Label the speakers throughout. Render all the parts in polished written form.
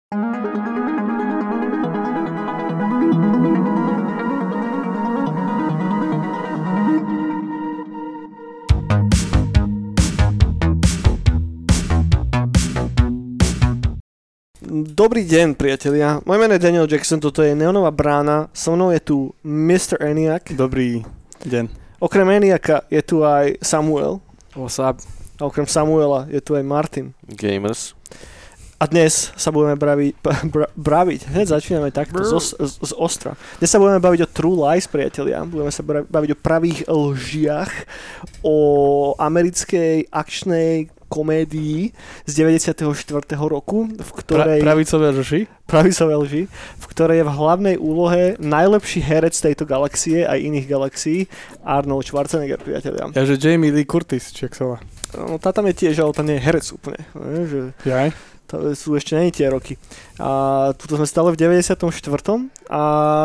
Speaker 1: Dobrý deň, priatelia. Moje meno je Daniel Jackson, toto je Neonová brána. So mnou je tu Mr. ENIAC.
Speaker 2: Dobrý deň.
Speaker 1: Okrem ENIACa je tu aj Samuel.
Speaker 2: What's up?
Speaker 1: A okrem Samuela je tu aj Martin.
Speaker 3: Gamers.
Speaker 1: A dnes sa budeme braviť. Hneď začíname takto z ostra. Dnes sa budeme baviť o True Lies, priatelia. Budeme sa baviť o pravých lžiach, o americkej akčnej komédii z 94. roku, v ktorej...
Speaker 2: Pravicové lži?
Speaker 1: Pravicové lži, v ktorej je v hlavnej úlohe najlepší herec tejto galaxie, aj iných galaxií, Arnold Schwarzenegger, priatelia.
Speaker 2: Ja, že Jamie Lee Curtis, či ak sa volá.
Speaker 1: No, tá tam je tiež, ale tá nie je herec úplne. Že...
Speaker 2: Jaj?
Speaker 1: To sú ešte nie tie roky. A tuto sme stále v 94. A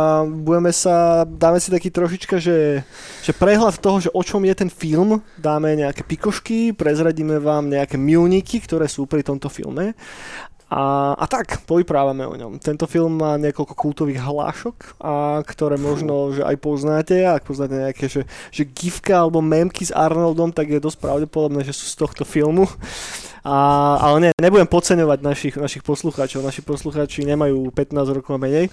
Speaker 1: dáme si taký trošička, že prehľad toho, že o čom je ten film, dáme nejaké pikošky, prezradíme vám nejaké milníky, ktoré sú pri tomto filme. A tak, povyprávame o ňom. Tento film má niekoľko kultových hlášok, ktoré možno, že aj poznáte. Ak poznáte nejaké, že gifka alebo memky s Arnoldom, tak je dosť pravdepodobné, že sú z tohto filmu. Ale nebudem podceňovať našich poslucháčov. Naši poslucháči nemajú 15 rokov a menej.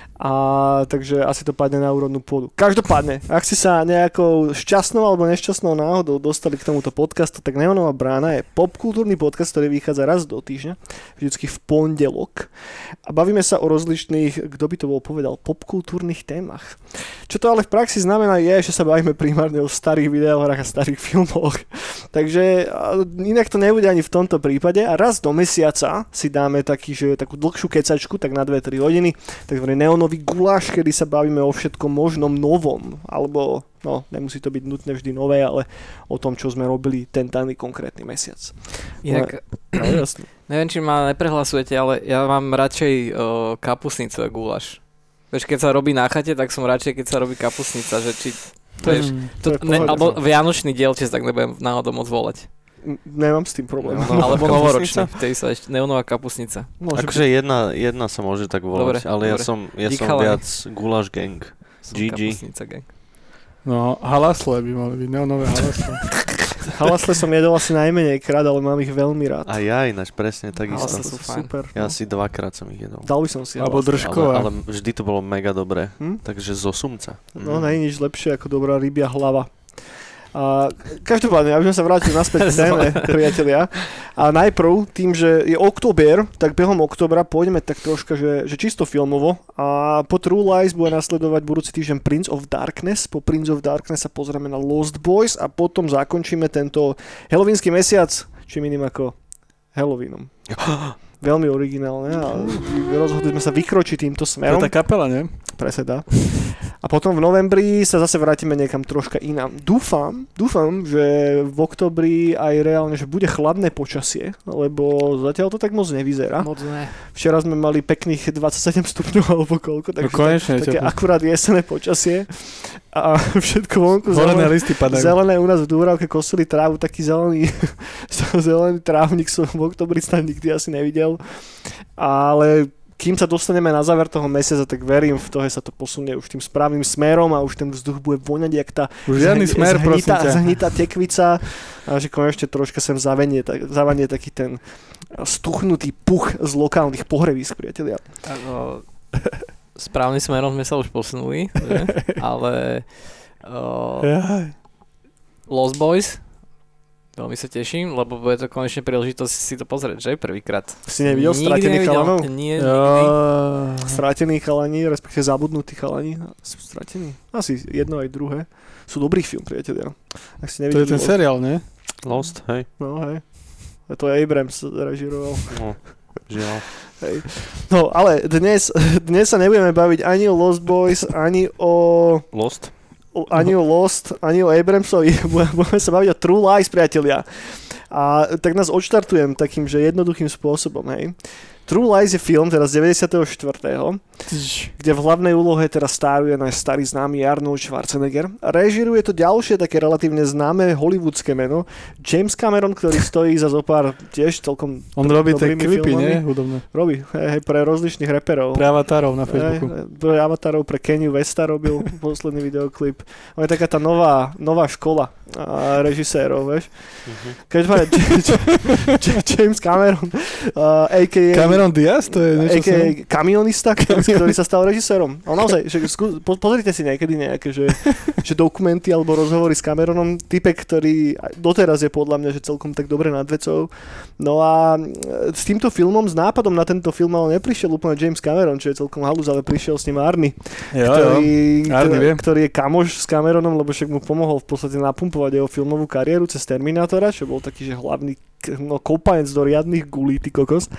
Speaker 1: Takže asi to padne na úrodnú pôdu. Každopádne, ak ste sa nejakou šťastnou alebo nešťastnou náhodou dostali k tomuto podcastu, tak Neonová brána je popkultúrny podcast, ktorý vychádza raz do týždňa, vždycky v pondelok. A bavíme sa o rozličných, kto by to bol povedal, popkultúrnych témach. Čo to ale v praxi znamená je, že sa bavíme primárne o starých videohrách a starých filmoch. Takže inak to nebude ani v tomto prípade. A raz do mesiaca si dáme takú dlhšiu kecačku, tak na 2-3 hodiny, takzvaný neonový guláš, kedy sa bavíme o všetkom možnom novom. Alebo, nemusí to byť nutne vždy nové, ale o tom, čo sme robili ten daný konkrétny mesiac.
Speaker 4: Inak, neviem, či ma neprehlasujete, ale ja mám radšej kapusnicu a guláš. Vieš, keď sa robí na chate, tak som radšej, keď sa robí kapusnica, že či... alebo vianočný dielčes, tak nebudem náhodou môcť volať.
Speaker 1: Nemám s tým problém.
Speaker 4: Alebo novoročný, vtedy sa ešte neonová kapusnica.
Speaker 3: Akože jedna sa môže tak volať, ale ja som viac guláš gang. GG.
Speaker 4: Kapusnica gang.
Speaker 2: No, halasle by mali byť, neonové halasle.
Speaker 1: Halasle som jedol asi najmenej krát, ale mám ich veľmi rád.
Speaker 3: A ja ináč, presne takisto.
Speaker 4: Halasle sú fajn.
Speaker 1: Super.
Speaker 3: Ja asi 2-krát som ich jedol.
Speaker 1: Dal by som si
Speaker 2: alebo držková.
Speaker 3: Ale vždy to bolo mega dobré. Takže zo sumca.
Speaker 1: No, nie je nič lepšie ako dobrá rybia hlava. Každopádne, aby sme sa vrátili naspäť k téme, priatelia. A najprv, tým, že je október, tak behom októbra pôjdeme tak troška, že čisto filmovo. A po True Lies bude nasledovať budúci týždeň Prince of Darkness. Po Prince of Darkness sa pozrieme na Lost Boys a potom zakončíme tento halloweensky mesiac, čím iným ako Halloweenom. Veľmi originálne a rozhodli sme sa vykročiť týmto smerom.
Speaker 2: To je tá kapela, nie?
Speaker 1: Preseda. A potom v novembri sa zase vrátime niekam troška inám. Dúfam, že v októbri aj reálne, že bude chladné počasie, lebo zatiaľ to tak moc nevyzerá.
Speaker 4: Moc ne.
Speaker 1: Včera sme mali pekných 27 stupňov alebo koľko, takže také akurát jesenné počasie. A všetko vonku zelené u nás v Dúbravke kosili trávu, taký zelený trávnik som v októbri snad nikdy asi nevidel. Ale kým sa dostaneme na záver toho mesiaca, tak verím v to, že sa to posunie už tým správnym smerom a už ten vzduch bude voňať, jak tá zhnitá tekvica a že konečne troška sem zavanie taký ten stuchnutý puch z lokálnych pohrevísk, priatelia.
Speaker 4: Správnym smerom sme sa už posunuli, ale Lost Boys, veľmi sa teším, lebo bude to konečne príležitosť si to pozrieť, že? Prvýkrát.
Speaker 1: Si nevidel Stratených chalanov?
Speaker 4: Nie,
Speaker 1: Stratení chalani, respektíve zabudnutí chalani. Sú stratení. Asi jedno aj druhé. Sú dobrý film, priatelia. Ak si
Speaker 2: to je ten seriál, ne?
Speaker 3: Lost, hej.
Speaker 1: No, hej. To Abrams režiroval.
Speaker 3: No, žiaľ.
Speaker 1: Hej. No, ale dnes sa nebudeme baviť ani o Lost Boys, ani o Lost, ani o Abramsovi. Budeme sa baviť o True Lies, priatelia. A tak nás odštartujem takým, že jednoduchým spôsobom, hej. True Lies je film teraz 94., kde v hlavnej úlohe teraz stáruje náš starý známy Arnold Schwarzenegger. Režiruje to ďalšie také relatívne známe hollywoodske meno James Cameron, ktorý stojí za zopár tiež celkom
Speaker 2: on robí tie klipy,
Speaker 1: filmami.
Speaker 2: Nie? Hudobné.
Speaker 1: Robí, pre rozličných reperov.
Speaker 2: Pre avatarov na Facebooku.
Speaker 1: Pre avatarov, pre Kanye Westa robil posledný videoklip. On je taká tá nová škola režisérov, vieš. Každopádne James Cameron, a.k.a.
Speaker 2: Cameron Diaz, to je niečo
Speaker 1: a.k.a. kamionista, ktorý sa stal režisérom. Ale naozaj, pozrite si niekedy nejaké, že dokumenty alebo rozhovory s Cameronom, typek, ktorý doteraz je podľa mňa, že celkom tak dobre nad vecou. No a s týmto filmom, s nápadom na tento film, ale neprišiel úplne James Cameron, čo je celkom halúz, ale prišiel s ním Arnie, ktorý je kamoš s Cameronom, lebo však mu pomohol v podstate napumpovať jeho filmovú kariéru cez Terminátora, čo bol taký, že hlavný kopanec do riadnych gulí, ty kokos.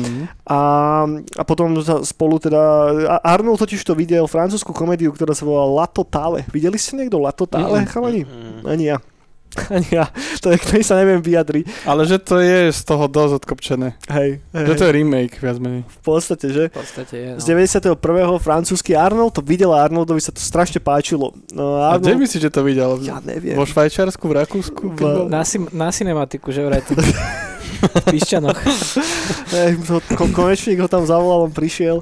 Speaker 1: A potom spolu teda... Arnold totiž to videl francúzsku komédiu, ktorá sa volá La Totale. Videli ste niekto La Totale, chalani? Ani ja. To je, ktorý sa neviem vyjadriť.
Speaker 2: Ale že to je z toho dosť odkopčené.
Speaker 1: Hej.
Speaker 2: Že to je remake, viac menej.
Speaker 1: V podstate, že?
Speaker 4: V podstate je, no.
Speaker 1: Z 91. francúzsky Arnold to videl a Arnoldovi sa to strašne páčilo. No,
Speaker 2: Arnold... A kde myslíš, že to videl?
Speaker 1: Ja neviem.
Speaker 2: Vo Švajčiarsku, v Rakúsku?
Speaker 4: Na cinematiku, že vraj to... V Pišťanoch.
Speaker 1: Konečník ho tam zavolal, on prišiel.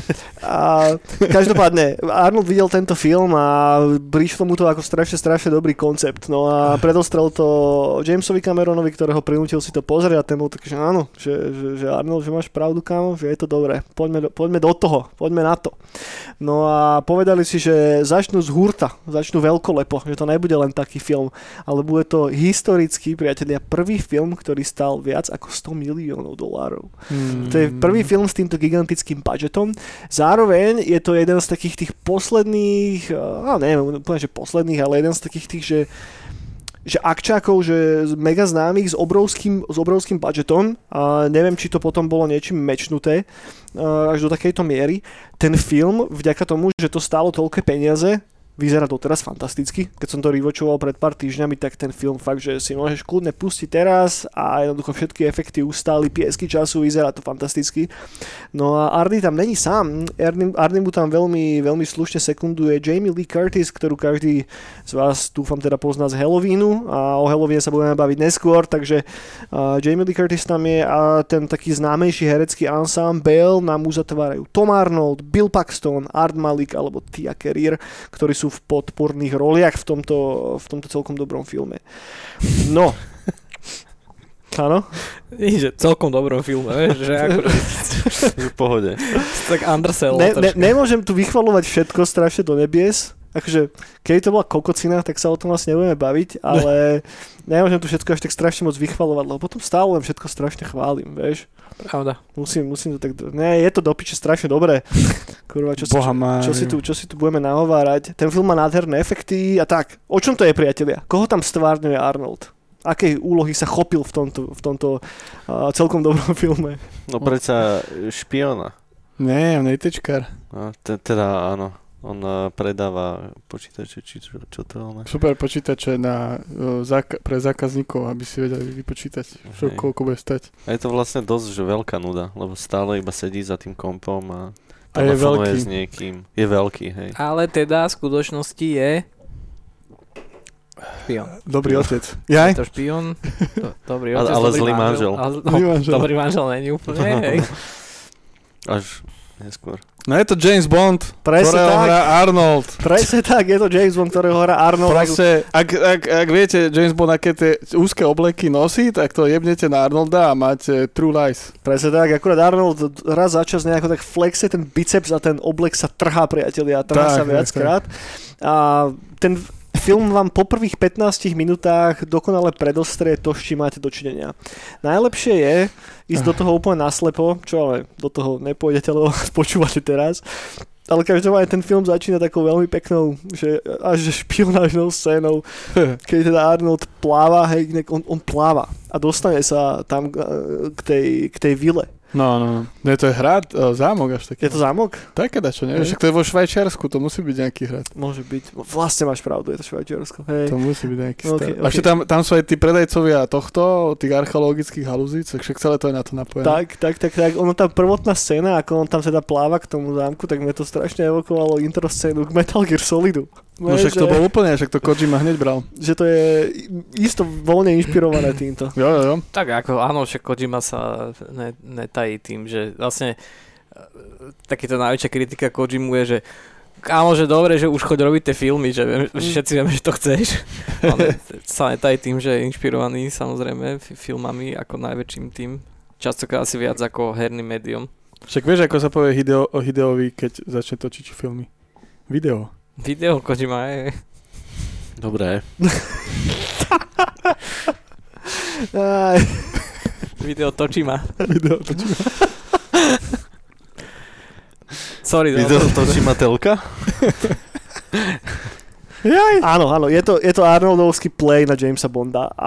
Speaker 1: A každopádne, Arnold videl tento film a prišlo mu to ako strašne dobrý koncept. No a predostrel to Jamesovi Cameronovi, ktorého prinútil si to pozrieť a ten bol taký, že áno, že Arnold, že máš pravdu, kámo, že je to dobré. Poďme do toho, poďme na to. No a povedali si, že začnú z hurta, začnú veľkolepo, že to nebude len taký film, ale bude to historický, priatelia, prvý film, ktorý stal viac ako $100 miliónov. To je prvý film s týmto gigantickým budžetom. Zároveň je to jeden z takých tých posledných, neviem, úplne, že posledných, ale jeden z takých tých, že akčákov, že mega známych s obrovským budžetom. A neviem, či to potom bolo niečím mečnuté až do takejto miery. Ten film, vďaka tomu, že to stálo toľké peniaze, vyzerá doteraz fantasticky. Keď som to rewatchoval pred pár týždňami, tak ten film fakt, že si môžeš kľudne pustiť teraz a jednoducho všetky efekty ustáli, piesky času, vyzerá to fantasticky. No a Arnie tam není sám. Arnie mu tam veľmi, veľmi slušne sekunduje Jamie Lee Curtis, ktorú každý z vás dúfam teda pozná z Halloweenu a o Halloweene sa budeme baviť neskôr, takže Jamie Lee Curtis tam je a ten taký známejší herecký ensemble nám uzatvárajú Tom Arnold, Bill Paxton, Art Malik alebo Tia Carrere, ktorí sú v podporných roliach v tomto celkom dobrom filme. No. Áno?
Speaker 4: Nie, že celkom dobrom filme, vieš, že ako...
Speaker 3: V pohode.
Speaker 4: Tak undersell.
Speaker 1: Nemôžem tu vychvaľovať všetko strašne do nebies. Akože, keď to bola kokocina, tak sa o tom vlastne nebudeme baviť, ale nemôžem tu všetko až tak strašne moc vychvaľovať, lebo potom stále len všetko strašne chválim, vieš.
Speaker 4: Pravda.
Speaker 1: Musím to tak... Nie, je to do piče strašne dobré. Kurva, čo si tu budeme nahovárať. Ten film má nádherné efekty a tak. O čom to je, priatelia? Koho tam stvárňuje Arnold? Akej úlohy sa chopil v tomto celkom dobrom filme?
Speaker 3: No predsa špiona.
Speaker 2: Nie, on je tečkár.
Speaker 3: Teda áno. On predáva počítače, či čo to je?
Speaker 2: Super počítače pre zákazníkov, aby si vedeli vypočítať, koľko bude stať.
Speaker 3: A je to vlastne dosť, že veľká nuda, lebo stále iba sedí za tým kompom a
Speaker 2: je veľký.
Speaker 3: S niekým. Je veľký, hej.
Speaker 4: Ale teda v skutočnosti je špion.
Speaker 2: Dobrý otec. Jaj?
Speaker 4: Je to špion, dobrý otec,
Speaker 3: ale zlý manžel.
Speaker 4: Dobrý manžel není úplne, hej.
Speaker 3: Až neskôr.
Speaker 2: No je to James Bond, ktorého hrá Arnold.
Speaker 1: Presne tak, je to James Bond, ktorého hrá Arnold.
Speaker 2: Proste, ak viete James Bond, aké tie úzke obleky nosí, tak to jebnete na Arnolda a máte True Lies.
Speaker 1: Presne tak, akurát Arnold raz za čas nejako tak flexe ten biceps a ten oblek sa trhá, priatelia, trhá sa viackrát. A ten film vám po prvých 15 minútach dokonale predostrie to, s čím máte dočinenia. Najlepšie je ísť do toho úplne naslepo, čo ale do toho nepôjdete, lebo počúvate teraz. Ale každopádne ten film začína takou veľmi peknou, že až špionážnou scénou, keď teda Arnold pláva, hej, on pláva a dostane sa tam k tej vile.
Speaker 2: No. Nie, to je hrad, zámok až taký.
Speaker 1: Je to zámok?
Speaker 2: Také dačo, neviem, však to je vo Švajčiarsku, to musí byť nejaký hrad.
Speaker 1: Môže byť. Vlastne máš pravdu, je to Švajčiarsko. Hej.
Speaker 2: To musí byť nejaký stav. A ešte tam sú aj tí predajcovia tohto, tých archeologických halúzí, však celé to je na to napojené.
Speaker 1: Tak. Ono tá prvotná scéna, ako on tam teda pláva k tomu zámku, tak mne to strašne evokovalo intro scénu k Metal Gear Solidu.
Speaker 2: No však to bol úplne, však to Kojima hneď bral.
Speaker 1: Že to je isto voľne inšpirované týmto.
Speaker 2: Jo.
Speaker 4: Tak ako áno, však Kojima sa netají tým, že vlastne takýto najväčšia kritika Kojimu je, že áno, že dobre, že už choď robiť tie filmy, že všetci vieme, že to chceš. Ale sa netají tým, že je inšpirovaný samozrejme filmami ako najväčším tým. Častokrát asi viac ako herným médium.
Speaker 2: Však vieš, ako sa povie o Hideovi, keď začne točiť filmy? Video
Speaker 4: Kojima je.
Speaker 3: Dobré.
Speaker 4: Video točí ma. Sorry.
Speaker 3: Video točí ma telka?
Speaker 1: Áno, je to Arnoldovský play na Jamesa Bonda a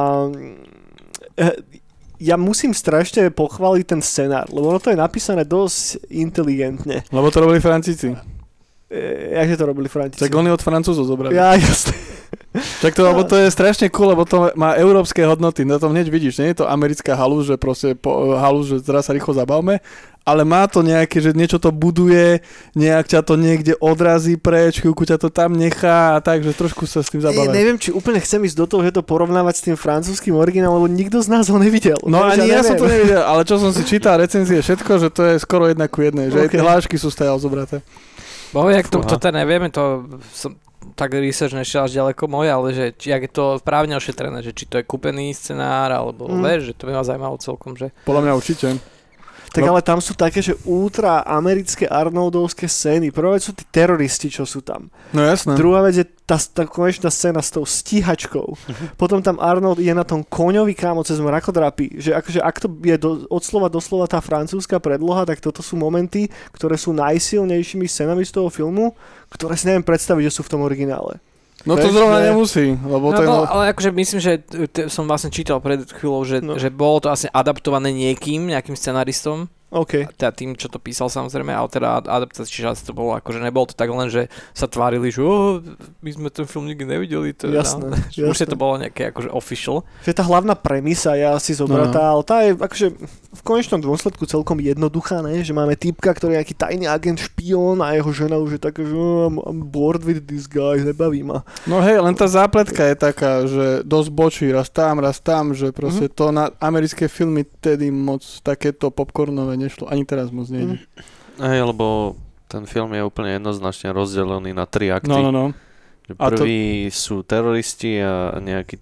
Speaker 1: ja musím strašne pochváliť ten scenár, lebo ono to je napísané dosť inteligentne.
Speaker 2: Lebo to robili Francúzi.
Speaker 1: Jakže to robili Francúzi?
Speaker 2: Tak oni od Francúzov zobrali.
Speaker 1: Ja, jasne.
Speaker 2: Tak to, lebo to je strašne cool, lebo to má európske hodnoty, na tom hneď vidíš, nie je to americká halúz, že proste halúz, že teraz sa rýchlo zabavme, ale má to nejaké, že niečo to buduje, nejak ťa to niekde odrazí preč, chvíľku ťa to tam nechá a tak, že trošku sa s tým zabávajú.
Speaker 1: Neviem, či úplne chcem ísť do toho, že to porovnávať s tým francúzským originálom, lebo nikto z nás ho nevidel.
Speaker 2: No ani ja som to nevidel, ale čo som si čítal recenzie, všetko, že to je skoro 1:1, že aj tie hlášky sú stajal zobraté.
Speaker 4: Jak to teda nevieme, to som tak research nešiel až ďaleko moje, ale že jak je to právne ošetrené, že či to je kúpený scenár, alebo vieš, že to by ma zaujímalo celkom, že...
Speaker 2: Podľa mňa určite.
Speaker 1: Tak ale tam sú také, že ultra americké Arnoldovské scény. Prvá vec sú tí teroristi, čo sú tam.
Speaker 2: No jasné.
Speaker 1: Druhá vec je tá konečná scéna s tou stíhačkou. Potom tam Arnold je na tom koňovi kámo cez mrakodrapy. Že akože ak to je od slova do slova tá francúzska predloha, tak toto sú momenty, ktoré sú najsilnejšími scénami z toho filmu, ktoré si neviem predstaviť, že sú v tom originále.
Speaker 2: No to zrovna nemusí, lebo to je...
Speaker 4: Ale akože myslím, že som vlastne čítal pred chvíľou, že bolo to asi adaptované nejakým scenaristom.
Speaker 1: OK.
Speaker 4: Teda tým, čo to písal samozrejme, ale teda adaptácia, čiže asi to bolo akože nebolo to tak len, že sa tvárili, že my sme ten film nikdy nevideli.
Speaker 1: Jasné.
Speaker 4: Už to bolo nejaké akože official.
Speaker 1: Že tá hlavná premisa je asi zobratá, ale tá je akože v konečnom dôsledku celkom jednoduchá, ne? Že máme týpka, ktorý je nejaký tajný agent, špión a jeho žena už je taká, že I'm bored with this guy, nebaví ma.
Speaker 2: No hej, len tá zápletka je taká, že dosť bočí, raz tam, že proste to na americké filmy tedy moc takéto popcornové nešlo, ani teraz moc nejde.
Speaker 3: Hej, lebo ten film je úplne jednoznačne rozdelený na 3 akty.
Speaker 2: No.
Speaker 3: Prvý sú teroristi a nejaký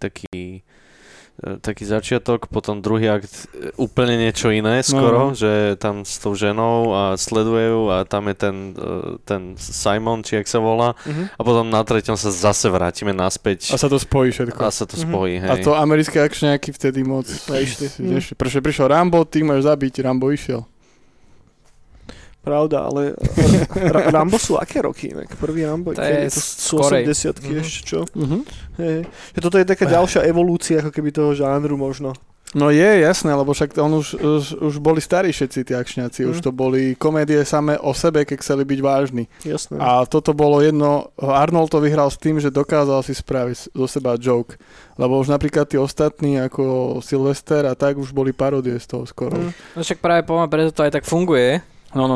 Speaker 3: taký začiatok, potom druhý akt úplne niečo iné skoro, že tam s tou ženou a sledujú a tam je ten Simon, či jak sa volá, a potom na treťom sa zase vrátime naspäť.
Speaker 2: A sa to spojí všetko.
Speaker 3: Hej.
Speaker 2: A to americké akčňáky vtedy moc prišiel Rambo, ty máš zabiť, Rambo išiel.
Speaker 1: Pravda, ale Rambo sú aké roky? Prvý Rambo, to sú 80-ky ešte, čo? Hej. Toto je taká ďalšia evolúcia, ako keby toho žánru možno.
Speaker 2: No je, jasné, lebo však on už boli starí všetci tí akčňáci, už to boli komédie samé o sebe, keď chceli byť vážni.
Speaker 1: Jasné.
Speaker 2: A toto bolo jedno, Arnold to vyhral s tým, že dokázal si spraviť zo seba joke, lebo už napríklad tí ostatní, ako Sylvester a tak, už boli parodie z toho skoro.
Speaker 4: No však práve preto to aj tak funguje.
Speaker 2: No.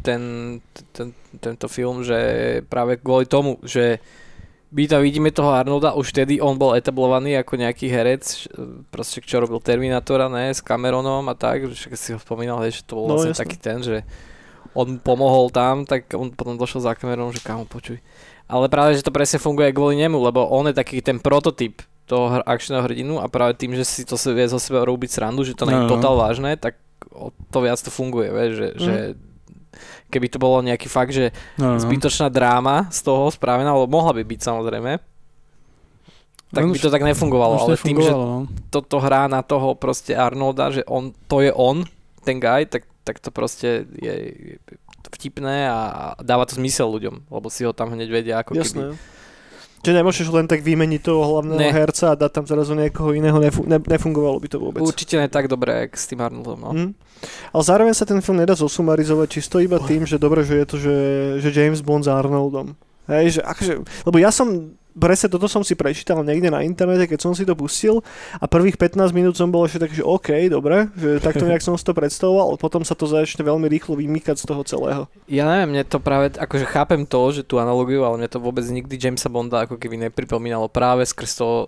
Speaker 4: Tento film, že práve kvôli tomu, že my tam vidíme toho Arnolda, už vtedy on bol etablovaný ako nejaký herec, proste čo robil Terminátora, s Cameronom a tak, že si ho spomínal, že to bol vlastne taký ten, že on pomohol tam, tak on potom došiel za Cameronom, že kámo, počuj. Ale práve, že to presne funguje kvôli nemu, lebo on je taký ten prototyp toho akčného hrdinu a práve tým, že si to vie zo seba robiť srandu, že to nie je totál vážne, tak to viac to funguje, vieš, že keby to bolo nejaký fakt, že zbytočná dráma z toho spravená, alebo mohla by byť samozrejme, tak by to tak nefungovalo, ale tým, že toto hrá na toho proste Arnolda, že to je on, ten guy, tak to proste je vtipné a dáva to zmysel ľuďom, lebo si ho tam hneď vedia ako keby.
Speaker 1: Čiže nemôžeš len tak vymeniť toho hlavného herca a dať tam zrazu niekoho iného, nefungovalo by to vôbec.
Speaker 4: Určite nie tak dobre, jak s tým Arnoldom, no.
Speaker 1: Ale zároveň sa ten film nedá zosumarizovať čisto iba tým, že dobre, že je to, že James Bond s Arnoldom. Hej, že akože, lebo ja som, presne toto som si prečítal niekde na internete, keď som si to pustil a prvých 15 minút som bol ešte taký, že OK, dobre, že takto nejak som si to predstavoval, ale potom sa to začne veľmi rýchlo vymýkať z toho celého.
Speaker 4: Ja neviem, mne to práve, akože chápem to, že tú analogiu, ale mne to vôbec nikdy Jamesa Bonda ako keby nepripomínalo práve skrz to,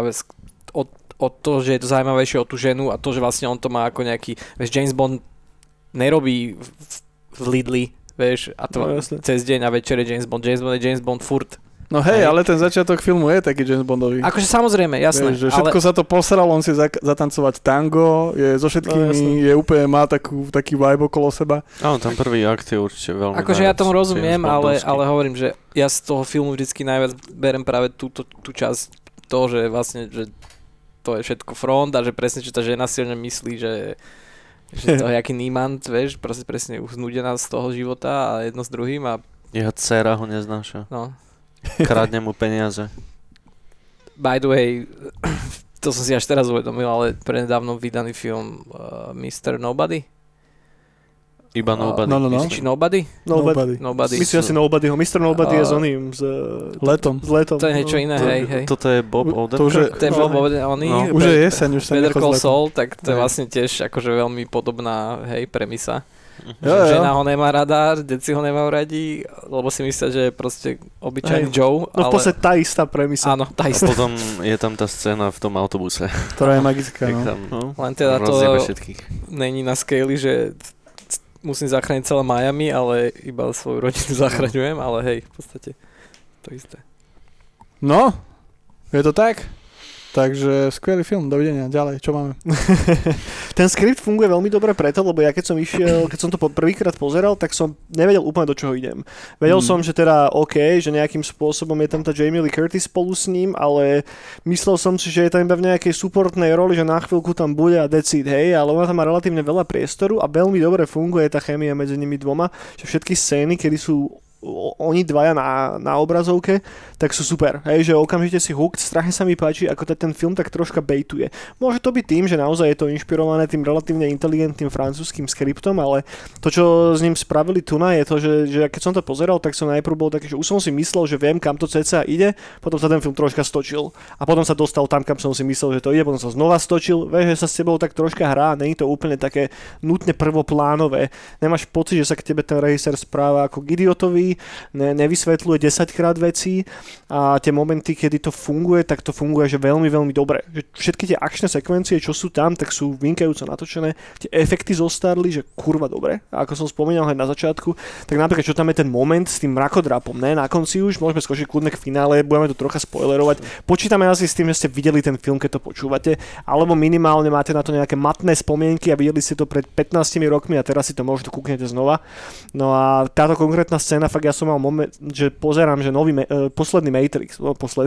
Speaker 4: od to, že je to zaujímavejšie o tú ženu a to, že vlastne on to má ako nejaký, vieš, James Bond nerobí v Lidli, vieš, a to cez deň a večer je James Bond. James Bond je James Bond furt.
Speaker 2: No hej, ale ten začiatok filmu je taký James Bondový.
Speaker 4: Akože samozrejme, jasné.
Speaker 2: Vieš, že všetko sa to posralo, on si zatancovať tango, je so všetkými, je úplne, má taký vibe okolo seba.
Speaker 3: Áno, tam prvý akt je určite veľmi
Speaker 4: akože ja tomu rozumiem, ale hovorím, že ja z toho filmu vždycky najviac berem práve tú časť toho, že vlastne, že to je všetko front a že presne, že tá žena si o ňom myslí, že to je jaký nímant, vieš, presne uznudená z toho života a jedno s druhým a...
Speaker 3: Jeho dcera ho neznáša.
Speaker 4: No.
Speaker 3: Kradne mu peniaze.
Speaker 4: By the way, to som si až teraz uvedomil, ale prednedávno vydaný film Mr. Nobody.
Speaker 3: Iba Nobody.
Speaker 2: No.
Speaker 4: Či Nobody?
Speaker 1: Nobody. Myslím asi Nobodyho. Mr. Nobody je s oným.
Speaker 2: Letom.
Speaker 1: Letom.
Speaker 4: To je niečo iné, hej.
Speaker 3: Toto je Bob Odenkirk.
Speaker 4: To je Bob Odenkirk.
Speaker 2: Už je jeseň, už sa
Speaker 4: Better Call
Speaker 2: nechod
Speaker 4: Saul, tak to je vlastne tiež akože veľmi podobná, premisa.
Speaker 2: Jo.
Speaker 4: Žena ho nemá rada, deti ho nemajú radi, lebo si myslia, že je proste obyčajný Joe.
Speaker 1: No v podstate tá istá premisa.
Speaker 4: Áno, tá istá.
Speaker 3: Potom je tam tá scéna v tom autobuse.
Speaker 2: Ktorá je magická,
Speaker 4: Len teda to není na scale, že musím zachrániť celé Miami, ale iba svoju rodinu zachraňujem, ale hej, v podstate to isté.
Speaker 2: No, je to tak? Takže skvelý film, dovidenia, ďalej, čo máme?
Speaker 1: Ten skript funguje veľmi dobre preto, lebo ja keď som to prvýkrát pozeral, tak som nevedel úplne, do čoho idem. Vedel som, že teda OK, že nejakým spôsobom je tam tá Jamie Lee Curtis spolu s ním, ale myslel som si, že je tam iba v nejakej supportnej roli, že na chvíľku tam bude a decid, hej, ale ona tam má relatívne veľa priestoru a veľmi dobre funguje tá chémia medzi nimi dvoma, že všetky scény, kedy sú oni dvaja na obrazovke, tak sú super. Hej, že okamžite si hooked, strašne sa mi páči, ako ten film tak troška bejtuje. Môže to byť tým, že naozaj je to inšpirované tým relatívne inteligentným francúzským skriptom, ale to, čo s ním spravili tu je to, že keď som to pozeral, tak som najprv bol taký, že už som si myslel, že viem, kam to cca ide, potom sa ten film troška stočil a potom sa dostal tam, kam som si myslel, že to ide, potom sa znova stočil, vieš, že sa s tebou tak troška hrá, nie je to úplne také nutne prvoplánové. Nemáš pocit, že sa k tebe ten režisér správa ako k idiotovi, nevysvetľuje 10-krát veci a tie momenty, kedy to funguje, tak to funguje, že veľmi, veľmi dobre. Že všetky tie akčné sekvencie, čo sú tam, tak sú vynikajúco natočené, tie efekty zostarli, že kurva dobre. A ako som spomínal aj na začiatku, tak napríklad, čo tam je ten moment s tým mrakodrapom, ne? Na konci už môžeme skočiť kľudne k finále, budeme to trocha spoilerovať. Počítame asi s tým, že ste videli ten film, keď to počúvate, alebo minimálne máte na to nejaké matné spomienky a videli ste to pred 15 rokmi a teraz si to možno kúknete znova. No a táto konkrétna scéna, fakt ja som mal moment, že pozerám, že posledný Matrix,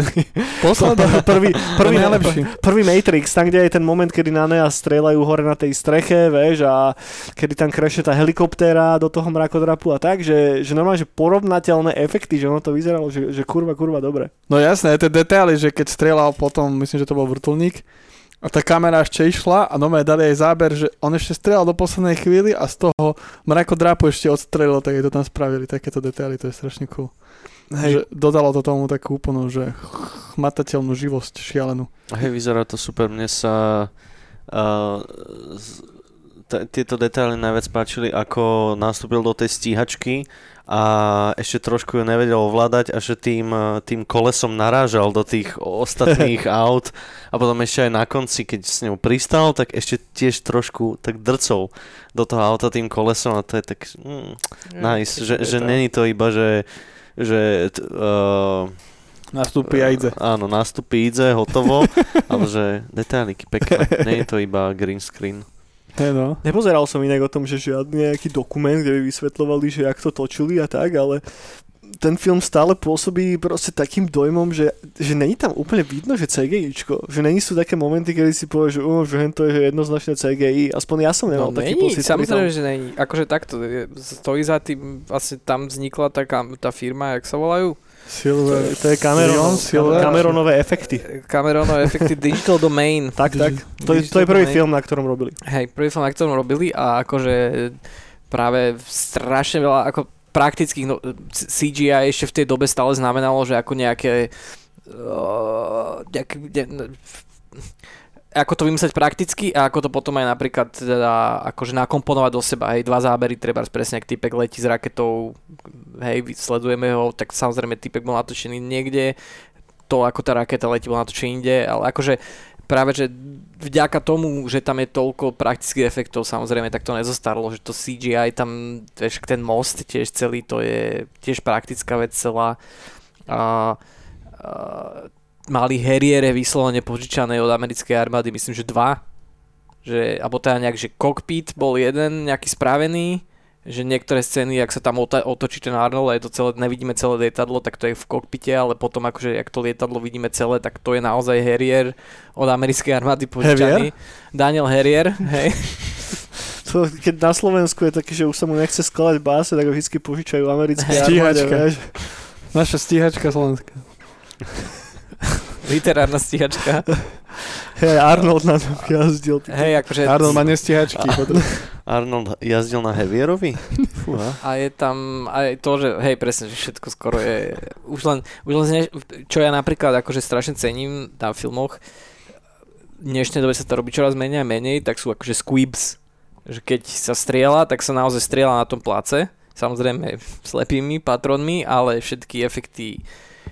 Speaker 1: prvý Matrix, tam, kde je ten moment, kedy na Nea strieľajú hore na tej streche, vieš, a kedy tam kreše tá helikoptéra do toho mrakodrapu a tak, že normálne, že porovnateľné efekty, že ono to vyzeralo, že kurva dobre.
Speaker 2: No jasné, tie detaily, že keď strieľal potom, myslím, že to bol vrtuľník, a tá kamera ešte išla a normálne dali aj záber, že on ešte strieľal do poslednej chvíli a z toho mrakodrapu ešte odstrelilo, tak je to tam spravili, takéto detaily, to je strašne cool. Hej. Že dodalo to tomu takú úplnú, že chmatateľnú živosť šialenú.
Speaker 3: Hej, vyzerá to super, mne sa tieto detaily najviac páčili, ako nastúpil do tej stíhačky a ešte trošku ju nevedel ovládať a že tým kolesom narážal do tých ostatných aut a potom ešte aj na konci, keď s ňou pristal, tak ešte tiež trošku tak drcol do toho auta tým kolesom a to je tak nice, že není to iba, že
Speaker 2: nastúpi a ide.
Speaker 3: Áno, nastúpi, ide, hotovo, ale že detailiky pekné, nie je to iba green screen.
Speaker 2: No.
Speaker 1: Nepozeral som inak o tom, že žiadny nejaký dokument, kde by vysvetľovali, že jak to točili a tak, ale ten film stále pôsobí proste takým dojmom, že není tam úplne vidno, že CGIčko. Že není sú také momenty, kedy si povieš, že to je jednoznačne CGI. Aspoň ja som nemal taký pocit.
Speaker 4: Samozrejme, že není. Akože takto, stojí za tým, vlastne tam vznikla tá firma, jak sa volajú?
Speaker 2: Silver.
Speaker 1: To je Cameronové efekty.
Speaker 4: Cameronové efekty Digital Domain.
Speaker 1: Tak. To je prvý film, na ktorom robili.
Speaker 4: Hej, prvý film, na ktorom robili a akože práve strašne veľa ako praktických CGI ešte v tej dobe stále znamenalo, že ako nejaké ako to vymyslieť prakticky a ako to potom aj napríklad teda akože nakomponovať do seba, hej, 2 zábery, treba presne, ak typek letí s raketou, hej, sledujeme ho, tak samozrejme typek bol natočený niekde, to ako tá raketa letí bol natočený inde, ale akože práve, že vďaka tomu, že tam je toľko praktických efektov, samozrejme, tak to nezostarlo, že to CGI tam, vieš, ten most tiež celý, to je tiež praktická vec celá. Mali Harriere vyslovene požičané od americkej armády, myslím, že 2. Alebo teda nejak, že kokpit bol jeden nejaký spravený, že niektoré scény, ak sa tam otočí ten Arnold a je to celé, nevidíme celé lietadlo, tak to je v kokpite, ale potom akože, ak to lietadlo vidíme celé, tak to je naozaj Harrier od americkej armády požičaný. Daniel Harrier, hej.
Speaker 1: To, keď na Slovensku je taký, že už sa mu nechce skladať báse, tak ho vždy požičajú americké armáde.
Speaker 2: Naša stíhačka slovenská.
Speaker 4: Literárna stíhačka.
Speaker 1: Hej, Arnold na tom jazdil.
Speaker 4: Hej, akože...
Speaker 2: Arnold má nestíhačky.
Speaker 3: Arnold jazdil na Heavierovi? Fúha.
Speaker 4: A je tam aj to, že hej, presne, že všetko skoro je... Už len čo ja napríklad akože strašne cením na filmoch, v dnešnej dobe sa to robí čoraz menej a menej, tak sú akože squibs. Že keď sa strieľa, tak sa naozaj strieľa na tom place. Samozrejme slepými patronmi, ale všetky efekty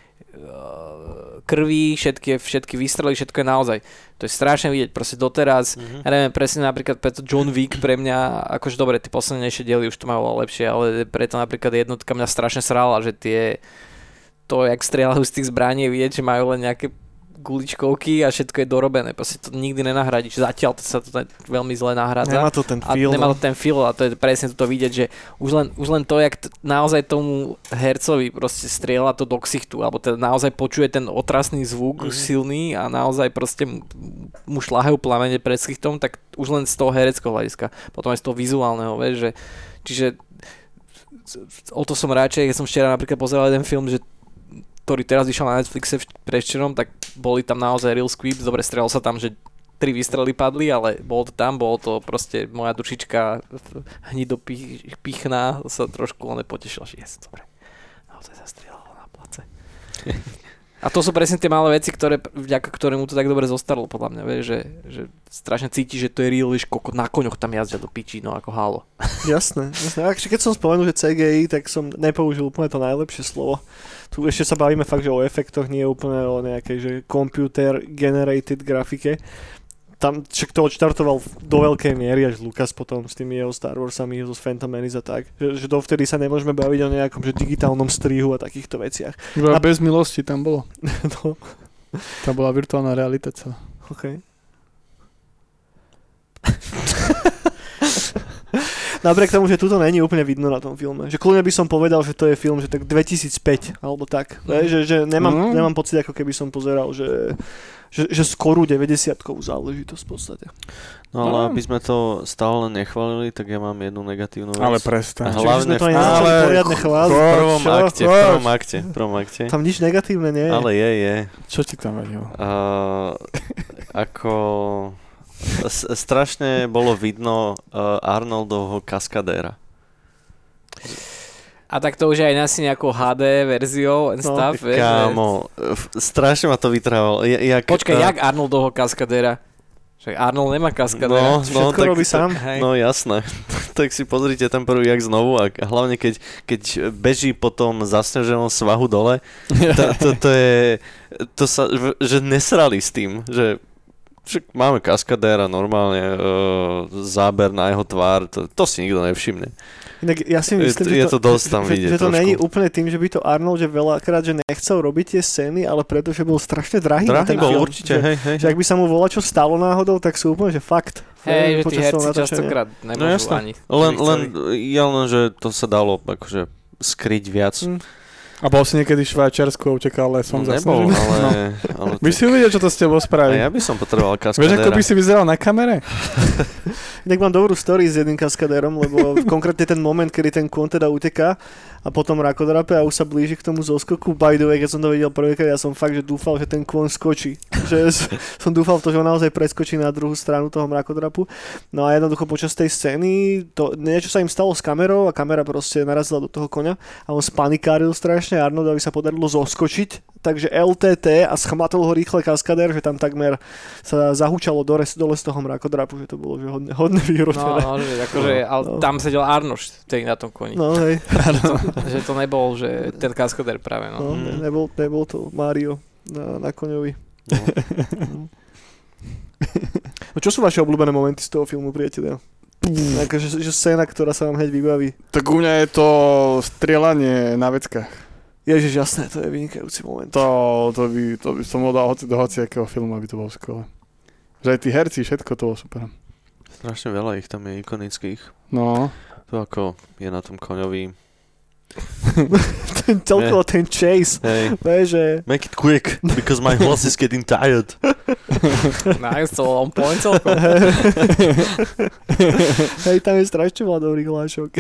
Speaker 4: krvi, všetky výstrely, všetko je naozaj. To je strašne vidieť, proste doteraz. Ja neviem, presne napríklad preto John Wick pre mňa, akože dobre, tie poslednejšie diely už to majú lepšie, ale preto napríklad jednotka mňa strašne srala, že to, jak strieľajú z tých zbraní, vidieť, že majú len nejaké guličkovky a všetko je dorobené. Proste to nikdy nenahradíš. Zatiaľ sa to veľmi zle nahrádza.
Speaker 1: Nemá to ten feel.
Speaker 4: Nemá to ten feel a to je presne to vidieť, že už len to, jak naozaj tomu hercovi proste strieľa to do ksichtu, alebo teda naozaj počuje ten otrasný zvuk silný a naozaj proste mu šľahajú plamene pred ksichtom, tak už len z toho hereckého hľadiska. Potom aj z toho vizuálneho, vieš, že čiže o to som radšej, keď som včera napríklad pozeral jeden film, ktorý teraz išiel na Netflixe predvčerom, tak boli tam naozaj real squibs, dobre, strelalo sa tam, že 3 výstrely padli, ale bolo to proste moja dušička hnidopichná, sa trošku len potešila, že dobre, naozaj sa strieľalo na place. A to sú presne tie malé veci, vďaka ktorému to tak dobre zostarlo, podľa mňa, vieš, že strašne cíti, že to je real, vieš, koľko na koňoch tam jazdia do pičí, no ako halo. Jasné.
Speaker 1: Keď som spomenul, že CGI, tak som nepoužil úplne to najlepšie slovo. Tu ešte sa bavíme fakt, že o efektoch, nie je úplne o nejakej, že computer generated grafike. Tam však to odštartoval do veľkej miery až Lucas potom s tými jeho Star Warsami, so Phantom Menace a tak. Že dovtedy sa nemôžeme baviť o nejakom že digitálnom strihu a takýchto veciach.
Speaker 2: Iba bez milosti tam bolo. No. Tam bola virtuálna realita celá.
Speaker 1: OK. Napriek tomu, že tuto není úplne vidno na tom filme. Že kľudne by som povedal, že to je film, že tak 2005 alebo tak. Že nemám pocit, ako keby som pozeral, že skorú 90-kovú záležitosť v podstate.
Speaker 3: No ale aby sme to stále nechválili, tak ja mám jednu negatívnu vec.
Speaker 2: Ale prestaň.
Speaker 3: Hlavne
Speaker 1: to poriadne chváliť.
Speaker 3: V prvom akte.
Speaker 1: Tam nič negatívne nie je.
Speaker 3: Ale je.
Speaker 2: Čo ti tam vadilo?
Speaker 3: Ako... strašne bolo vidno Arnoldovho kaskadéra.
Speaker 4: A tak to už aj asi nejakou HD verziou and stuff.
Speaker 3: Kámo, strašne ma to vytrhalo.
Speaker 4: Počkaj, jak Arnoldovho kaskadéra? Však Arnold nemá kaskadéra.
Speaker 1: Všetko robí sám.
Speaker 3: No jasné. Tak si pozrite ten prvý jak znovu a hlavne keď beží po tom zasneženom svahu dole, to sa, že nesrali s tým, že však máme kaskadéra normálne, záber na jeho tvár, to si nikto nevšimne.
Speaker 1: Inak ja si myslím,
Speaker 3: je to dosť tam vidieť
Speaker 1: že to není úplne tým, že by to Arnold že veľakrát že nechcel robiť tie scény, ale preto, že bol strašne drahý na ten
Speaker 3: bol
Speaker 1: film.
Speaker 3: Určite, hej.
Speaker 1: Že ak by sa mu volačo stalo náhodou, tak sú úplne, že fakt.
Speaker 4: Hej, že tí herci častokrát nemôžu ani.
Speaker 3: Len, že to sa dalo akože skryť viac.
Speaker 2: A bol si niekedy v Švajčiarsku a utekal lesom zase?
Speaker 3: Nebol, ale
Speaker 2: by si uvidel, čo to s tebou spraví.
Speaker 3: A ja by som potreboval kaskadéra.
Speaker 2: Vieš, ako by si vyzeral na kamere?
Speaker 1: Inak mám dobrú story s jedným kaskadérom, lebo konkrétne ten moment, kedy ten kôň teda uteká a potom rakodrape a už sa blíži k tomu zoskoku. By the way, keď som to videl prvýkrát, ja som fakt, že dúfal, že ten kôň skočí. Že som dúfal v to, že on naozaj preskočí na druhú stranu toho mrakodrapu. No a jednoducho počas tej scény niečo sa im stalo s kamerou a kamera proste narazila do toho koňa a on spanikáril strašne a Arnoldovi sa podarilo zoskočiť, takže LTT a schmatol ho rýchle kaskadér, že tam takmer sa zahúčalo dole z toho mrakodrapu, že to bolo že hodne vyhrotené.
Speaker 4: No, že akože, ale tam sedel Arnoš na tom koni.
Speaker 1: No hej.
Speaker 4: Že to nebol, že ten kaskadér práve, no.
Speaker 1: Nebol to Mário na koňovi. No čo sú vaše obľúbené momenty z toho filmu, priatelia? Akože scéna, ktorá sa vám hneď vybaví.
Speaker 2: Tak u mňa je to strieľanie na veckách.
Speaker 1: Ježiš, jasné, to je vynikajúci moment.
Speaker 2: To by som ho dal do hociakého filmu, aby to bolo skvelé. Že aj tí herci, všetko to bolo super.
Speaker 3: Strašne veľa ich tam je ikonických.
Speaker 2: No.
Speaker 3: To ako je na tom koňovi.
Speaker 1: Celkovo ten chase.
Speaker 3: Hey.
Speaker 1: Že...
Speaker 3: Make it quick, because my horse is getting tired.
Speaker 4: Nice, to on point celkom.
Speaker 1: Hej, tam je strašne veľa dobrých hlášok.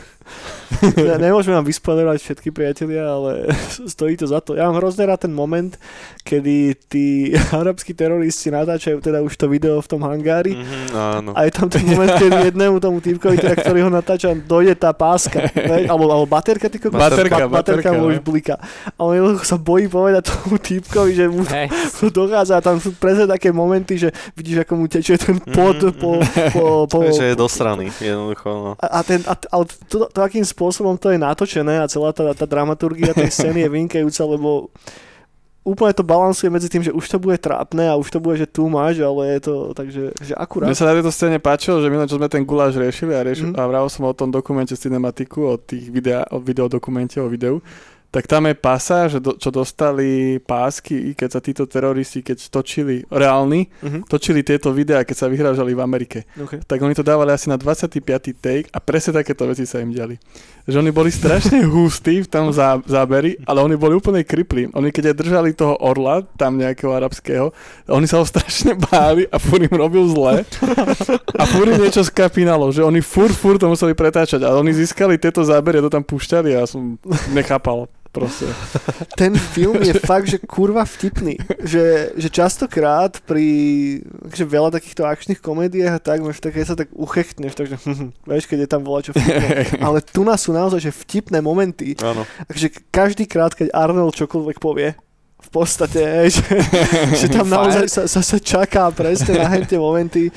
Speaker 1: Nemôžeme vám vyspoilerovať všetky priatelia, ale stojí to za to. Ja mám hrozne rád ten moment, kedy tí arabskí teroristi natáčajú teda už to video v tom hangári.
Speaker 3: Áno.
Speaker 1: A je tam ten moment, kedy jednému tomu týpkovi, teda, ktorý ho natáča, dojde tá páska. Alebo baterka, ty kokos? Baterka mu už bliká. A on jednoducho sa bojí povedať tomu týpkovi, že mu dochádza a tam sú presne také momenty, že vidíš, ako mu tečie ten pot po
Speaker 3: že je dosraný, jednoducho. No.
Speaker 1: Ale to akým spôsobom to je natočené a celá tá dramaturgia tej scény je vynikajúca, lebo úplne to balansuje medzi tým, že už to bude trápne a už to bude, že tu máš, ale je to takže že akurát.
Speaker 2: Mne sa na tejto scéne páčilo, že minulé, čo sme ten guláš riešili a vravil som o tom dokumente Cinematiku, o tých videodokumente, o videu, tak tam je pasáž, čo dostali pásky, keď sa títo teroristi, keď točili točili tieto videá, keď sa vyhrážali v Amerike. Okay. Tak oni to dávali asi na 25. take a presne takéto veci sa im diali. Že oni boli strašne hustí v tom záberi, ale oni boli úplne kripli. Oni keď aj držali toho orla, tam nejakého arabského, oni sa ho strašne báli a furt im robil zle. A furt im niečo skapínalo, že oni furt to museli pretáčať. A oni získali tieto zábery a to tam púšťali a ja som nechápal. Proste.
Speaker 1: Ten film je fakt, že kurva vtipný. Že častokrát pri veľa takýchto akčných komédiách a tak, keď sa tak uchechtneš, takže vieš, keď je tam voľačo vtipné. Ale tu nás sú naozaj že vtipné momenty.
Speaker 3: Áno.
Speaker 1: Takže každý krát, keď Arnold čokoľvek povie, v podstate, že tam naozaj sa čaká presne na tie momenty,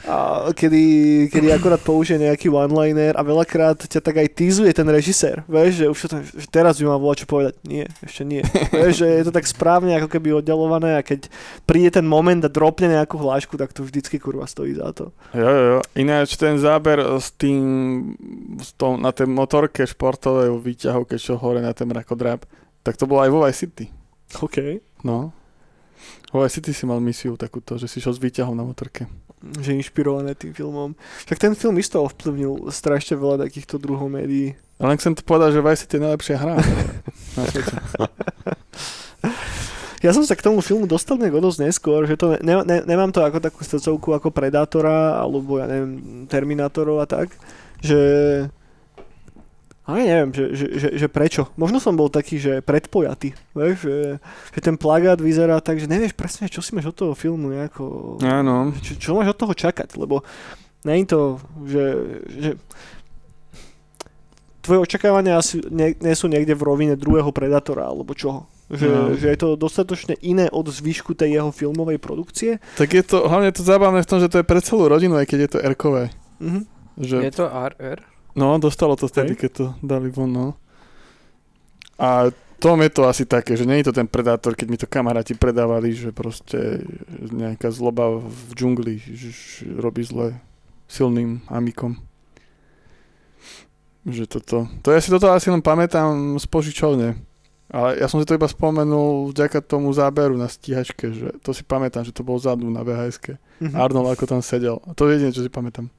Speaker 1: kedy akorát použije nejaký one-liner a veľakrát ťa tak aj teasuje ten režisér, vieš, že teraz by mal volať čo povedať. Nie, ešte nie. Vieš, že je to tak správne ako keby oddelované a keď príde ten moment a dropne nejakú hlášku, tak to vždycky kurva stojí za to.
Speaker 2: Jo. Ináč ten záber na tej motorke športovej výťahu, keď šel hore na ten mrakodrap, tak to bolo aj vo Vice City.
Speaker 1: OK.
Speaker 2: No. Vo Vice City si mal misiu takúto, že si šel s výťahom na motorke.
Speaker 1: Že inšpirované tým filmom. Tak ten film isto ovplyvnil strašne veľa takýchto druhov médií.
Speaker 2: Ale chcem to povedať, že Vice City je najlepšia hra na svete.
Speaker 1: Ja som sa k tomu filmu dostal nejak dosť neskôr, že to nemám to ako takú srdcovku ako Predátora, alebo ja neviem, Terminátorov a tak, že... Ale neviem, že prečo. Možno som bol taký, že predpojatý, vieš, že ten plagát vyzerá tak, že nevieš presne, čo si máš od toho filmu nejako...
Speaker 2: Áno.
Speaker 1: Čo máš od toho čakať, lebo nie je to, že tvoje očakávania asi nie sú niekde v rovine druhého Predátora, alebo čoho. Že je to dostatočne iné od zvyšku tej jeho filmovej produkcie.
Speaker 2: Tak je to, hlavne je to zábavné v tom, že to je pre celú rodinu, aj keď je to R-kové.
Speaker 4: Je to RR?
Speaker 2: No, dostalo to vtedy, keď to dali von, no. A tom je to asi také, že nie je to ten Predátor, keď mi to kamaráti predávali, že proste nejaká zloba v džungli robí zle silným amikom. Že toto. To ja si toto asi len pamätám z požičovne. Ale ja som si to iba spomenul vďaka tomu záberu na stíhačke, že to si pamätám, že to bol vzadu na VHS-ke. Arnold ako tam sedel. A to je jediné, čo si pamätám.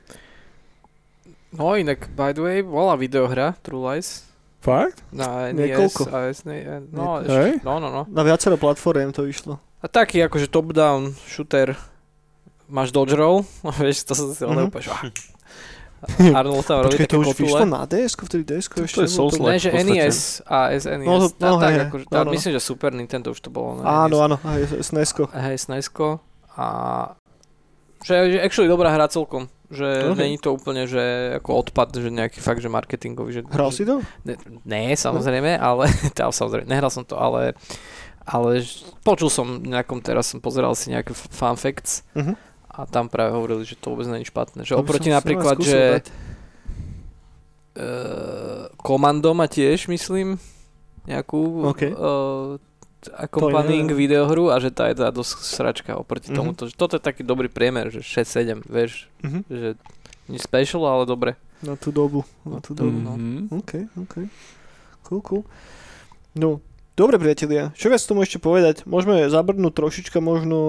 Speaker 4: No inak, by the way, bola videohra True Lies.
Speaker 2: Fakt?
Speaker 4: Na
Speaker 1: Niekoľko.
Speaker 4: NES a no.
Speaker 1: Na viacero platform to vyšlo.
Speaker 4: A taký akože top-down shooter, máš dodge roll, vieš, to sa si úplne Arnold tam robí také
Speaker 1: to už vyšlo
Speaker 4: kotule.
Speaker 1: na DS-ko, vtedy DS-ko ešte
Speaker 3: To je
Speaker 1: nebolo.
Speaker 3: Souls-like.
Speaker 4: Ne, že
Speaker 3: v podstate.
Speaker 4: NES a SNES. Myslím, že Super Nintendo už to bolo.
Speaker 1: Áno, aj SNES-ko.
Speaker 4: Hej, SNES-ko. A že je actually dobrá hra celkom. Že není to úplne, že ako odpad, že nejaký fakt, že marketingový. Že,
Speaker 1: Hral si to?
Speaker 4: Ne, samozrejme, ale samozrejme, nehral som to, ale počul som nejakom, teraz som pozeral si nejaké fun facts a tam práve hovorili, že to vôbec není špatné. Že oproti napríklad, že Komando má tiež, myslím, nejakú accompanying videohru a že tá je teda dosť sračka oproti tomuto. Že toto je taký dobrý priemer, že 6-7, vieš, že nie special, ale dobre.
Speaker 1: Na tú dobu. No. OK. Cool. No, dobre priatelia, čo viac tomu ešte povedať? Môžeme zabrnúť trošička možno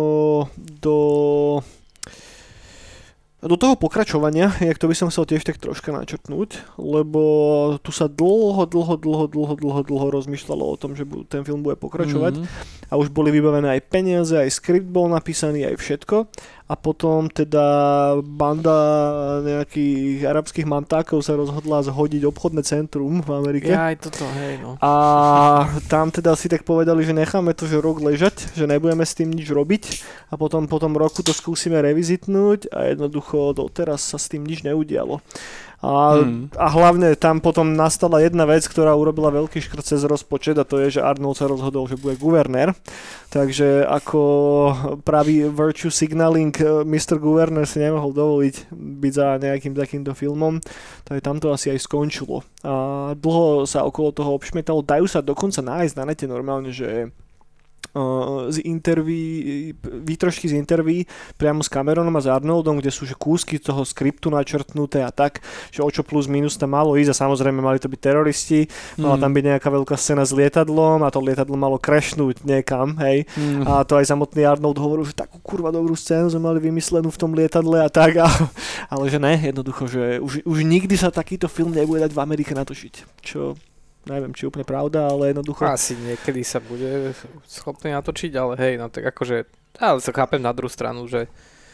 Speaker 1: do toho pokračovania, jak to by som chcel tiež tak troška načrtnúť, lebo tu sa dlho rozmýšľalo o tom, že ten film bude pokračovať a už boli vybavené aj peniaze, aj skript bol napísaný, aj všetko a potom teda banda nejakých arabských mantákov sa rozhodla zhodiť obchodné centrum v Amerike.
Speaker 4: Ja aj toto, hej no.
Speaker 1: A tam teda si tak povedali, že necháme to, že rok ležať, že nebudeme s tým nič robiť a potom po tom roku to skúsime revizitnúť a jednoducho doteraz sa s tým nič neudialo. A hlavne tam potom nastala jedna vec, ktorá urobila veľký škrt cez rozpočet a to je, že Arnold sa rozhodol, že bude guvernér. Takže ako pravý virtue signaling Mr. Guvernér si nemohol dovoliť byť za nejakým takýmto filmom, tak tam to asi aj skončilo. A dlho sa okolo toho obšmetalo, dajú sa dokonca nájsť na nete normálne, že z výtrožky z interví priamo s Cameronom a s Arnoldom, kde sú že kúsky toho skriptu načrtnuté a tak, že o čo plus minus tam malo ísť a samozrejme mali to byť teroristi, mala tam byť nejaká veľká scéna s lietadlom a to lietadlo malo crashnúť niekam, hej. A to aj samotný Arnold hovoril, že takú kurva dobrú scénu sme mali vymyslenú v tom lietadle a tak, ale že ne, jednoducho, že už nikdy sa takýto film nebude dať v Amerike natočiť, čo neviem, či je úplne pravda, ale jednoducho...
Speaker 4: Asi niekedy sa bude schopný natočiť, ale hej, no tak akože, ale sa chápem na druhú stranu, že...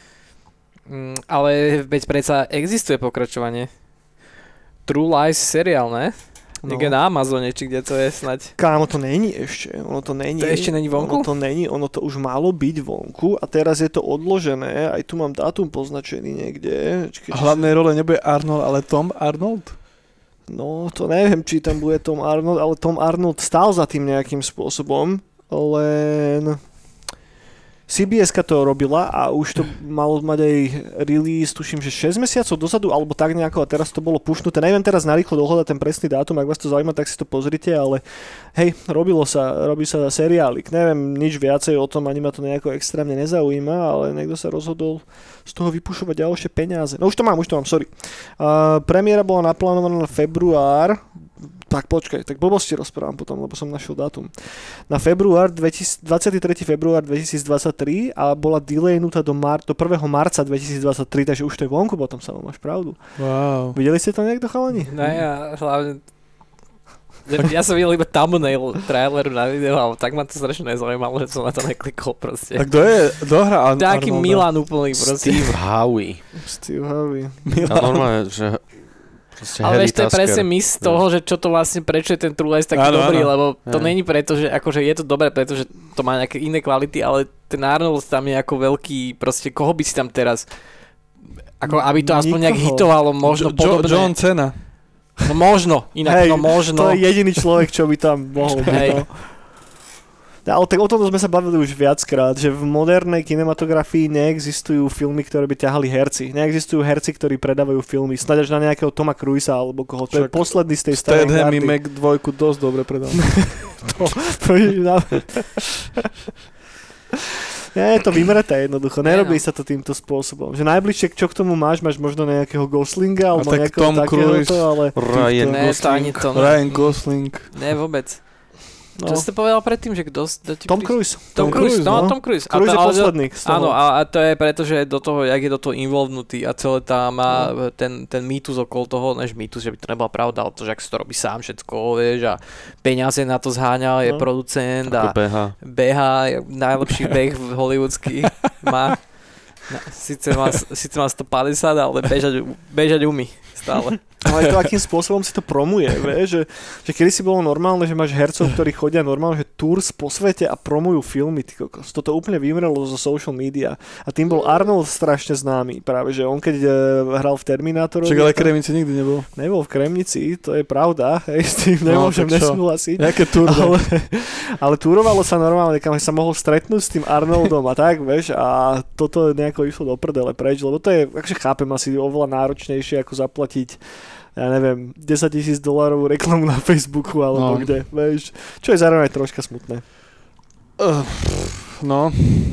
Speaker 4: ale veď predsa existuje pokračovanie. True Lies seriál, ne? Niekde na Amazone, či kde to je snať.
Speaker 1: Kámo, to není ešte. Ono to není.
Speaker 4: To ešte není vonku?
Speaker 1: Ono to už malo byť vonku a teraz je to odložené. Aj tu mám dátum poznačený niekde.
Speaker 2: A hlavnej role nebude Arnold, ale Tom Arnold?
Speaker 1: No, to neviem, či tam bude Tom Arnold, ale Tom Arnold stál za tým nejakým spôsobom, len CBS-ka to robila a už to malo mať aj release, tuším, že 6 mesiacov dozadu, alebo tak nejako a teraz to bolo pušnuté. Neviem teraz narýchlo dohľadať ten presný dátum, ak vás to zaujíma, tak si to pozrite, ale hej, robí sa seriálik. Neviem nič viacej o tom, ani ma to nejako extrémne nezaujíma, ale niekto sa rozhodol z toho vypušovať ďalšie peniaze. No už to mám, sorry. Premiéra bola naplánovaná na február. Tak počkaj, tak blbosti rozprávam potom, lebo som našiel dátum. Na 23. február 2023 a bola delaynutá do 1. marca 2023, takže už to je vonku potom, máš pravdu.
Speaker 2: Wow.
Speaker 1: Videli ste to niekto, chalani?
Speaker 4: Ne, ja hlavne... Ja som videl iba thumbnail traileru na video, ale tak ma to strašne nezaujímalo, že som na to neklikol proste.
Speaker 2: Tak kto je? Dohra Arnolda?
Speaker 4: Taký Milan úplný proste.
Speaker 3: Steve Howie. A normálne, že...
Speaker 4: Ale vieš, to je presne mis toho, že čo to vlastne, prečo je ten True Lies taký dobrý, lebo to není preto, že akože je to dobré, pretože to má nejaké iné kvality, ale ten Arnold tam je ako veľký, proste koho by si tam teraz, ako aby to aspoň nejak hitovalo, možno podobné.
Speaker 2: John Cena.
Speaker 4: No možno, inak no možno.
Speaker 1: To je jediný človek, čo by tam mohol byť. Ale tak o tom sme sa bavili už viackrát, že v modernej kinematografii neexistujú filmy, ktoré by ťahali herci. Neexistujú herci, ktorí predávajú filmy. Snáď až na nejakého Toma Cruisa alebo koho. To je posledný z tej starej
Speaker 2: gardy. Statham Mac 2 dosť dobre predal.
Speaker 1: Nie, je to vymreté jednoducho. Nerobí sa to týmto spôsobom. Že najbližšie, čo k tomu máš možno nejakého Goslinga alebo nejakého
Speaker 2: Tom Cruise,
Speaker 1: ale...
Speaker 2: Ryan Gosling.
Speaker 4: Ne, vôbec. No. Čo si to povedal predtým, že kto...
Speaker 1: Tom Cruise.
Speaker 4: Tom Cruise.
Speaker 1: Tom Cruise je posledný.
Speaker 4: Áno, a to je preto, že do toho, jak je do toho involvnutý a celé tam má ten mýtus okolo toho, než mýtus, že by to nebola pravda, ale to, že ak si to robí sám všetko, vieš, a peniaze na to zháňal, je producent a beha, najlepší beh v hollywoodsky má. Síce má 150, ale bežať umí stále.
Speaker 1: Ale to, akým spôsobom si to promuje, že kedy si bolo normálne, že máš hercov, ktorí chodia normálne, že tours po svete a promujú filmy, ty kokos. Toto úplne vymrelo zo social media. A tým bol Arnold strašne známy, práve, že on keď hral v Terminátorovi...
Speaker 2: Však ale v Kremnici nikdy nebol.
Speaker 1: Nebol v Kremnici, to je pravda, hej, s tým nemôžem nesúhlasiť.
Speaker 2: Nejaké tour,
Speaker 1: ale túrovalo sa normálne, kam sa mohol stretnúť s tým Arnoldom a tak, vieš, a toto nejako išlo do prdele preč, lebo to je, akože chápem, asi oveľa náročnejšie, ako zaplatiť, ja neviem, $10,000 reklamu na Facebooku, alebo kde, vieš, čo je zároveň troška smutné.
Speaker 2: No.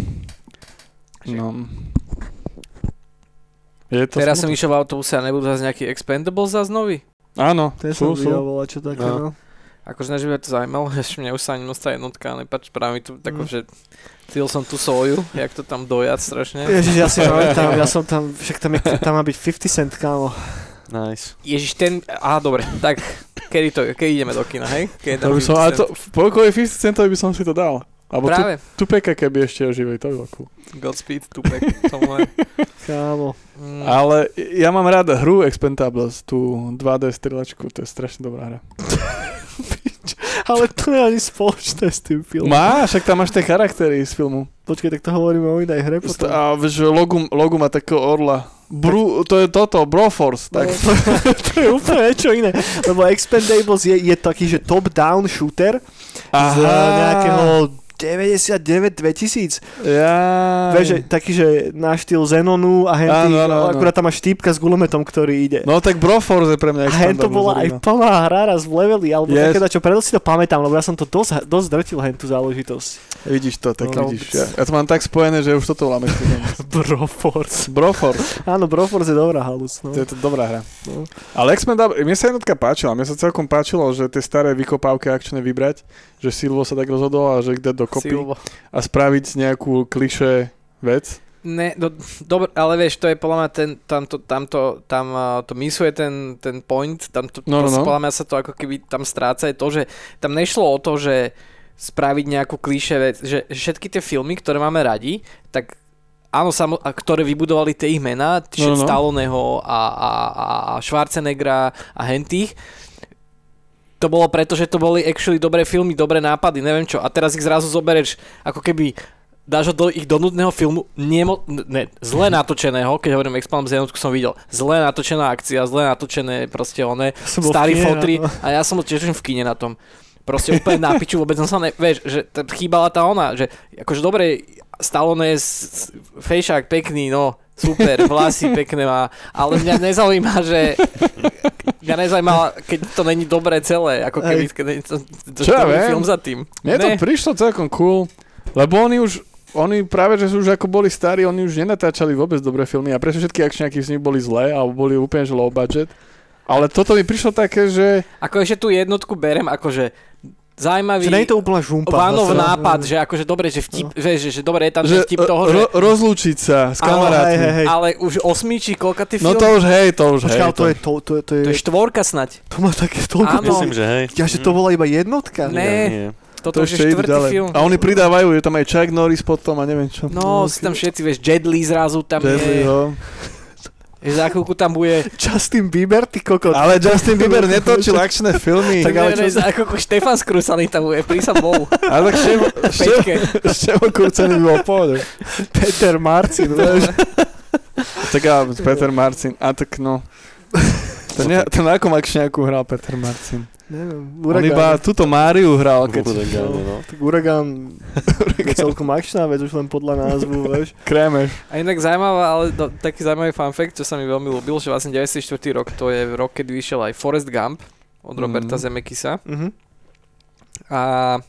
Speaker 2: Je to
Speaker 4: teraz
Speaker 2: smutné.
Speaker 4: som išiel v autobuse a nebudú zase nejaký Expendables zase nový?
Speaker 2: Áno,
Speaker 1: To som videl, čo také, no.
Speaker 4: Akože než by to zaujímalo, že mňa už sa ani nostá jednotka, nepáč, práve mi tu tako, že cítil som tú soju, jak to tam dojať strašne.
Speaker 1: Ježiš, ja si pamätám, ja som tam, však tam má byť 50 cent, kámo.
Speaker 3: Nice.
Speaker 4: Ježiš, dobre, tak keď ideme do kina, hej?
Speaker 2: To by som, a to, v pokoji 50 centov by som si to dal. Alebo
Speaker 4: práve.
Speaker 2: Tupeka, keby ešte oživej, to by bolo cool.
Speaker 4: Godspeed, Tupek, tomu
Speaker 1: Kámo.
Speaker 2: Ale ja mám rád hru Expendables, tú 2D strelačku, to je strašne dobrá hra.
Speaker 1: Ale to je ani spoločné s tým filmom.
Speaker 2: Má, však tam máš tie charaktery z filmu.
Speaker 1: Počkej, tak to hovoríme o inej hre potom.
Speaker 2: A vieš, logo má takého orla. To je toto, Broforce. Tak.
Speaker 1: To je úplne niečo iné. Lebo Expendables je taký, že top-down shooter z nejakého 99-2000.
Speaker 2: Ja.
Speaker 1: Vieš, že taký, že na štýl Zenonu a henty, akurát tam máš týpka s gulometom, ktorý ide.
Speaker 2: No tak Broforce je pre mňa
Speaker 1: a hen to bola aj plná hra raz v leveli, alebo také čo preto si to pamätám, lebo ja som to dosť drtil hen tú záležitosť.
Speaker 2: Vidíš to, tak vidíš. Ja to mám tak spojené, že už toto voláme.
Speaker 1: Broforce. Áno, Broforce je dobrá halus. No.
Speaker 2: To je to dobrá hra. No. Ale Expendables, mne sa jednotka páčila, mne sa celkom páčilo, že tie staré vykopávky akčné vybrať, že Silvo sa tak rozhodol a že ich dať dokopy a spraviť nejakú klišé vec.
Speaker 4: Ne, dobre, ale vieš, to je podľa mňa tam to misuje ten point, tam to podľa mňa sa to ako keby tam stráca je to, že tam nešlo o to, že spraviť nejakú klišé vec, že všetky tie filmy, ktoré máme radi, tak áno, ktoré vybudovali tie ich mená, Stalloneho a Schwarzeneggera a hentých, to bolo preto, že to boli actually dobré filmy, dobré nápady, neviem čo. A teraz ich zrazu zoberieš, ako keby dáš ho do nudného filmu, zle natočeného, keď hovorím Expanse jednotku som videl, zle natočená akcia, zle natočené proste starý fotry a ja som tiež v kine na tom. Proste úplne na piču, vôbec som sa vieš, že chýbala tá že akože dobre, Stallone je fejšák pekný, no, super, vlasy pekné má, ale mňa nezaujíma, keď to není dobré celé, ako keby to film za tým.
Speaker 2: Mne to prišlo celkom cool, lebo oni práve, že už ako boli starí, oni už nenatáčali vôbec dobré filmy a prečo všetky akčňaky z nich boli zlé, alebo boli úplne že low budget. Ale toto mi prišlo také, že...
Speaker 4: Ako ešte tú jednotku berem, akože zaujímavý...
Speaker 1: Že nie je to úplne žumpa.
Speaker 4: Vánov nápad, že akože dobre, že vtip, vieš, že dobre je tam že vtip toho, že...
Speaker 2: Rozlúčiť sa s kamarátmi.
Speaker 4: Ale už 8 či koľkatý film?
Speaker 2: No to už hej.
Speaker 1: To je
Speaker 4: 4 snať.
Speaker 1: To má také toľko.
Speaker 3: Myslím, že hej.
Speaker 1: Ja, že to bola iba jednotka.
Speaker 4: Nie. Toto už je 4. film.
Speaker 2: A oni pridávajú, je tam aj Chuck Norris potom a neviem čo.
Speaker 4: No, si tam všetci, vieš, Jet Li zrazu tam je. Za chvíľku tam bude...
Speaker 1: Justin Bieber, ty kokot.
Speaker 2: Ale Justin Bieber netočil akčné filmy.
Speaker 4: Tak ale za chvíľku Štefan Skrúsaný tam bude, prísam bol.
Speaker 2: Ale tak Štefan Skrúsaný by bol pohode.
Speaker 1: Peter Marcin.
Speaker 2: Tak Peter Marcin. A tak no. Ten na akom akčňáku hral Peter Marcin?
Speaker 1: Neviem,
Speaker 2: On iba túto Máriu hral.
Speaker 1: Tak Uragán je celkom akčná vec, už len podľa názvu, vieš.
Speaker 2: Krémeš.
Speaker 4: A inak zaujímavá, ale taký zaujímavý fun fact, čo sa mi veľmi ľúbil, že vlastne 94. rok, to je rok, keď vyšiel aj Forrest Gump od Roberta Zemeckisa. A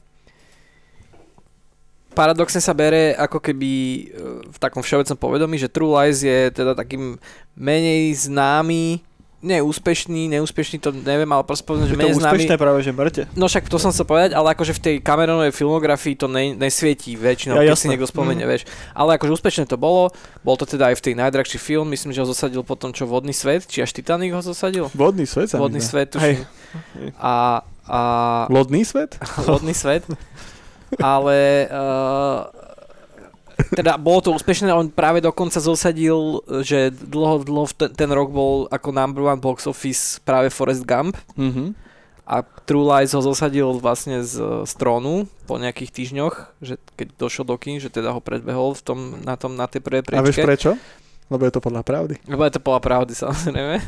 Speaker 4: paradoxne sa bere ako keby v takom všeobecnom povedomí, že True Lies je teda takým menej známy, neúspešný, to neviem, ale proste povedať, že menej známy.
Speaker 1: Úspešné práve, že mŕte.
Speaker 4: No však to som chcel povedať, ale akože v tej Cameronovej filmografii to nesvietí väčšinou, keď si niekto spomenie, vieš. Ale akože úspešné to bol to teda aj v tej najdrahší film, myslím, že ho zosadil potom čo Vodný svet, či až Titanic ho zosadil?
Speaker 2: Vodný svet sa
Speaker 4: Vodný svet, tuším. A
Speaker 2: Lodný svet?
Speaker 4: Lodný svet. Ale teda bolo to úspešné, on práve dokonca zosadil, že dlho ten rok bol ako number one box office práve Forrest Gump. A True Lies ho zosadil vlastne z trónu po nejakých týždňoch, že keď došiel do kín, že teda ho predbehol na tej prvej priečke.
Speaker 2: A vieš prečo? Lebo je to podľa pravdy.
Speaker 4: Lebo je to podľa pravdy, samozrejme.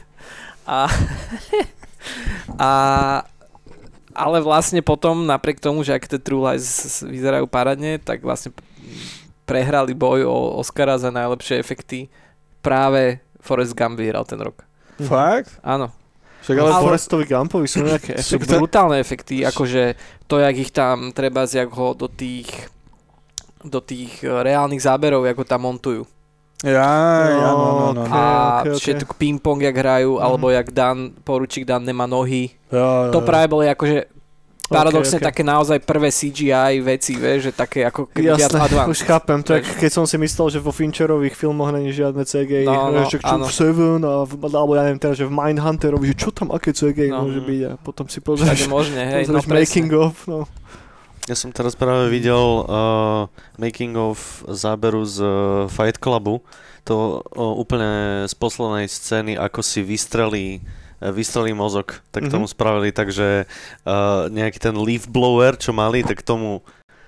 Speaker 4: Ale vlastne potom, napriek tomu, že ak tie True Lies vyzerajú parádne, tak vlastne prehrali boj o Oscara za najlepšie efekty. Práve Forrest Gump vyhral ten rok.
Speaker 2: Fakt?
Speaker 4: Áno.
Speaker 1: Však ale Forrestovi Gumpovi sú nejaké
Speaker 4: efekty. Sú brutálne efekty, akože to, jak ich tam treba jak ho do tých reálnych záberov, jak ho tam montujú.
Speaker 2: No.
Speaker 4: A všetko ping-pong, jak hrajú, alebo jak poručík Dan nemá nohy. To práve boli akože paradoxne také naozaj prvé CGI veci, vieš, že také ako viac advanced.
Speaker 1: Už chápem, to je, keď som si myslel, že vo Fincherových filmoch není žiadne CGI, že čo v Seven, alebo ja neviem teraz, že v Mindhunterovi, že čo tam, aké CGI môže byť a potom si pozrieš making of,
Speaker 3: Ja som teraz práve videl making of záberu z Fight Clubu, to úplne z poslednej scény, ako si vystrelí mozog, tak tomu spravili tak, že nejaký ten leaf blower, čo mali, tak tomu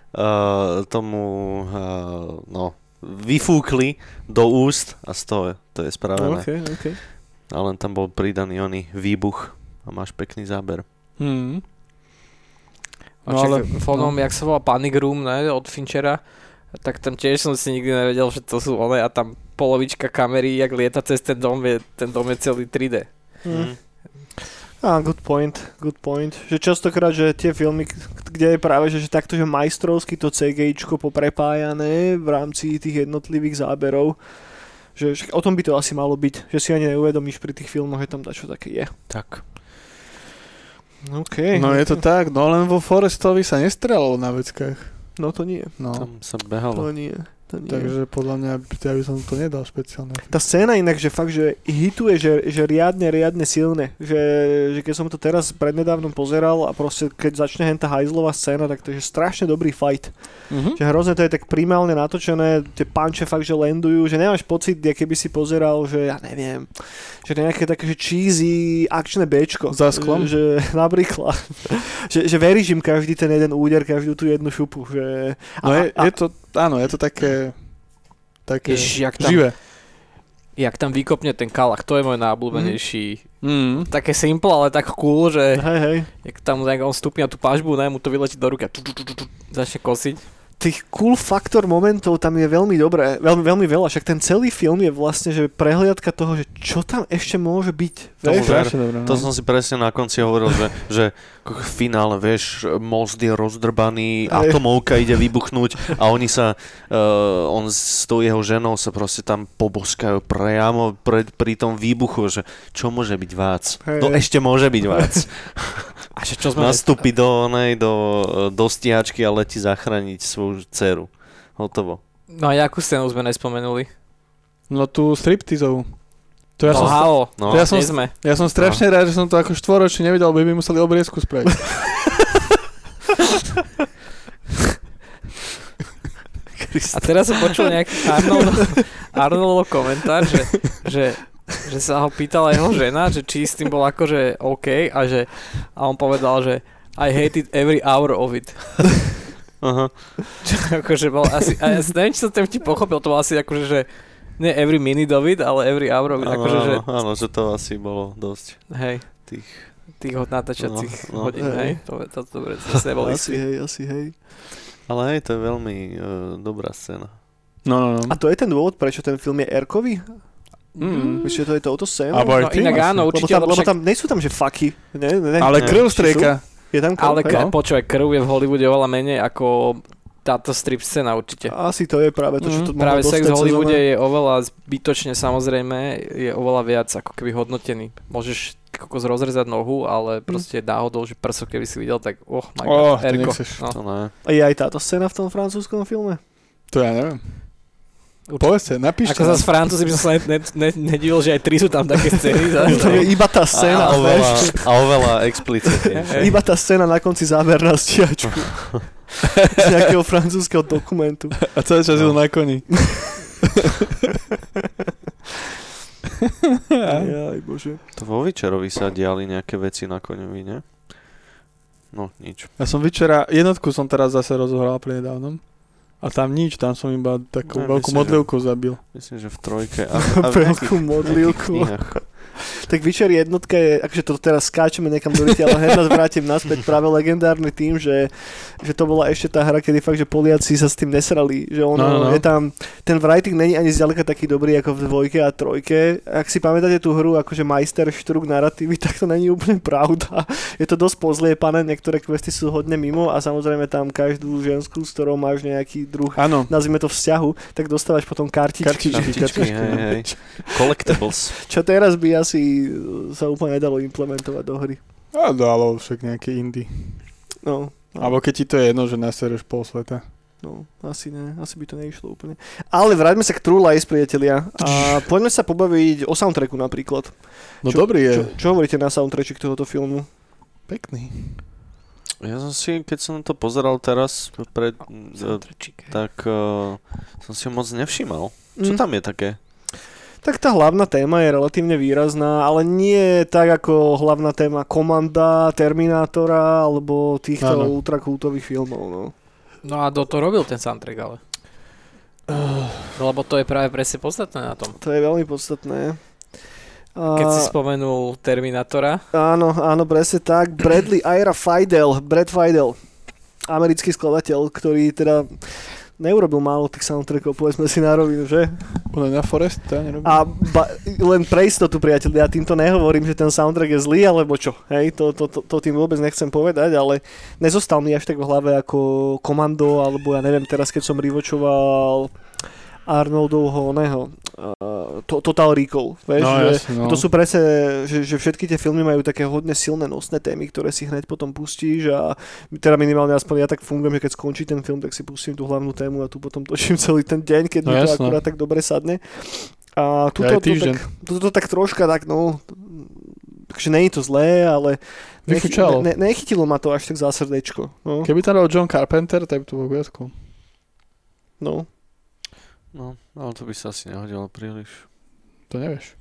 Speaker 3: vyfúkli do úst a z toho to je spravené.
Speaker 1: Okay.
Speaker 3: A len tam bol pridaný výbuch a máš pekný záber.
Speaker 4: Jak sa volá Panic Room, ne, od Finchera, tak tam tiež som si nikdy nevedel, že to sú one a tam polovička kamery, jak lieta cez ten dom je celý 3D.
Speaker 1: Good point. Že častokrát, že tie filmy, kde je práve, že takto, že majstrovsky to CGIčko poprepájané v rámci tých jednotlivých záberov, že o tom by to asi malo byť, že si ani neuvedomíš pri tých filmoch, že tam dačo také je.
Speaker 3: Tak.
Speaker 1: Okay.
Speaker 2: No je to tak, no len vo Forrestovi sa nestrelalo na veckách.
Speaker 1: No to nie.
Speaker 2: No.
Speaker 3: Tam sa behalo.
Speaker 1: To nie.
Speaker 2: Takže podľa mňa ja by som to nedal špeciálne.
Speaker 1: Tá scéna inak, že fakt, že hituje, že riadne silné. Že keď som to teraz prednedávnom pozeral a proste keď začne henta hajzlová scéna, tak to je strašne dobrý fight. Že hrozne to je tak primálne natočené, tie punche fakt, že landujú, že nemáš pocit, keby si pozeral, že ja neviem, že nejaké také, že cheesy akčné Bčko.
Speaker 2: Za sklom?
Speaker 1: Že napríklad. že veríš im každý ten jeden úder, každú tú jednu šupu. Že,
Speaker 2: áno, je to také
Speaker 4: živé. Jak tam vykopne ten kalach, to je môj najobľúbenejší. Také simple, ale tak cool, že jak tam on stupňa tú pažbu, mu to vyletí do ruky a začne kosiť.
Speaker 1: Tých cool faktor momentov tam je veľmi dobré, veľmi veľa, však ten celý film je vlastne, že prehliadka toho, že čo tam ešte môže byť.
Speaker 3: To som si presne na konci hovoril, že v finále, vieš, most je rozdrbaný, atomovka ide vybuchnúť a oni sa, on s tou jeho ženou sa proste tam poboskajú priamo pri tom výbuchu, že čo môže byť vác? To ešte môže byť vác.
Speaker 4: A čo sme
Speaker 3: nastúpi do stíhačky a letí zachrániť svoju dceru. Hotovo.
Speaker 4: No a jakú scénu sme nespomenuli?
Speaker 2: No tú striptizovú. Ja som strašne rád, že som to ako štvoročne nevidel, lebo by museli obriezku spraviť.
Speaker 4: A teraz som počul nejaký Arnoldov komentár, že sa ho pýtala jeho žena, že či s tým bol akože OK a on povedal, že I hated every hour of it.
Speaker 3: Aha.
Speaker 4: Čo akože bol asi, a ja neviem, či som tým ti pochopil, to bol asi akože, že nie every minute of it, ale every hour of it.
Speaker 3: Áno, že to asi bolo dosť.
Speaker 4: Hej. Tých natáčacích hodín, hej. To dobre, zase bol
Speaker 1: asi hej.
Speaker 3: Ale hej, to je veľmi dobrá scéna.
Speaker 2: No.
Speaker 1: A to je ten dôvod, prečo ten film je R-kový? Myslím, že to je touto scénou?
Speaker 4: No, inak áno, určite.
Speaker 1: Lebo tam, nie sú tam, že faky.
Speaker 2: Ale krv strieka.
Speaker 1: Je tam krv,
Speaker 4: ale počúvaj, krv je v Hollywoode oveľa menej ako táto strip scéna určite.
Speaker 1: Asi to je práve to, čo to
Speaker 4: práve sex v Hollywoode je oveľa zbytočne, samozrejme, je oveľa viac ako keby hodnotený. Môžeš kokos rozrezať nohu, ale proste náhodou, že prso keby si videl, tak my god, Erko.
Speaker 3: To ne.
Speaker 1: A je aj táto scéna v tom francúzskom filme?
Speaker 2: To ja neviem. Povedzte, napíšte.
Speaker 4: Ako zase Francúzi by som sa nedivil, že aj 3 sú tam také scény.
Speaker 1: To je iba tá scéna.
Speaker 3: A oveľa explicitnejšie.
Speaker 1: Iba tá scéna na konci záber na stíhačku. z nejakého francúzskeho dokumentu.
Speaker 2: A celý čas idú na koni.
Speaker 1: Jaj, bože.
Speaker 3: To vo Večerovi sa diali nejaké veci na koňovi, ne? No, nič.
Speaker 2: Ja som jednotku som teraz zase rozohral pri nedávnom. A tam nič, tam som iba takú veľkú modlivku zabil.
Speaker 3: Myslím, že v trojke.
Speaker 1: Veľkú modlivku. Tak Witcher jednotka je, akože to teraz skáčeme niekam do ryti, ale hneď nás vrátim naspäť práve legendárny tým, že to bola ešte tá hra, kedy fakt, že Poliaci sa s tým nesrali, že ono je tam, ten writing není ani zďaleka taký dobrý ako v dvojke a trojke. Ak si pamätáte tú hru akože Meisterstück narratívy, tak to není úplne pravda. Je to dosť pozliepané, niektoré questy sú hodne mimo a samozrejme tam každú ženskú, s ktorou máš nejaký druh, nazvime to vzťahu, tak dostávaš potom kartičky.
Speaker 3: Hej. Collectibles.
Speaker 1: Čo teraz by asi sa úplne nedalo implementovať do hry.
Speaker 2: A dalo však nejaké indie.
Speaker 1: No.
Speaker 2: Alebo keď ti to je jedno, že nasereš pol sveta.
Speaker 1: No, asi ne, asi by to neišlo úplne. Ale vráťme sa k True Lies, priatelia. A poďme sa pobaviť o soundtracku napríklad.
Speaker 2: No dobrý je.
Speaker 1: Čo hovoríte na soundtrack tohoto filmu?
Speaker 2: Pekný.
Speaker 3: Ja som si, keď som to pozeral teraz, tak som si ho moc nevšímal. Čo tam je také?
Speaker 1: Tak tá hlavná téma je relatívne výrazná, ale nie tak ako hlavná téma Komanda, Terminátora alebo týchto ultrakultových filmov. No
Speaker 4: a kto to robil ten soundtrack, ale? Lebo to je práve presne podstatné na tom.
Speaker 1: To je veľmi podstatné.
Speaker 4: Keď si spomenul Terminátora.
Speaker 1: Áno, presne tak. Brad Fiedel, americký skladateľ, ktorý teda neurobil málo tých soundtrackov, povedzme si na rovinu, že?
Speaker 2: Na Forest to nerobil.
Speaker 1: A len pre istotu, priateľ, ja týmto nehovorím, že ten soundtrack je zlý, alebo čo. Hej, to tým vôbec nechcem povedať, ale nezostal mi až tak v hlave ako Komando, alebo ja neviem, teraz keď som rewatchoval Arnoldovho Total Recall, vieš, to sú presne, že všetky tie filmy majú také hodne silné nosné témy, ktoré si hneď potom pustíš a teda minimálne aspoň ja tak fungujem, že keď skončí ten film, tak si pustím tú hlavnú tému a tu potom točím celý ten deň, keď mi to akurát tak dobre sadne. A tuto tak troška tak, takže nie je to zlé, ale nechytilo ma to až tak za srdečko. No.
Speaker 2: Keby tam dal John Carpenter, tak by to bolo viacko.
Speaker 3: No, ale to by sa asi nehodilo príliš.
Speaker 2: To nevieš.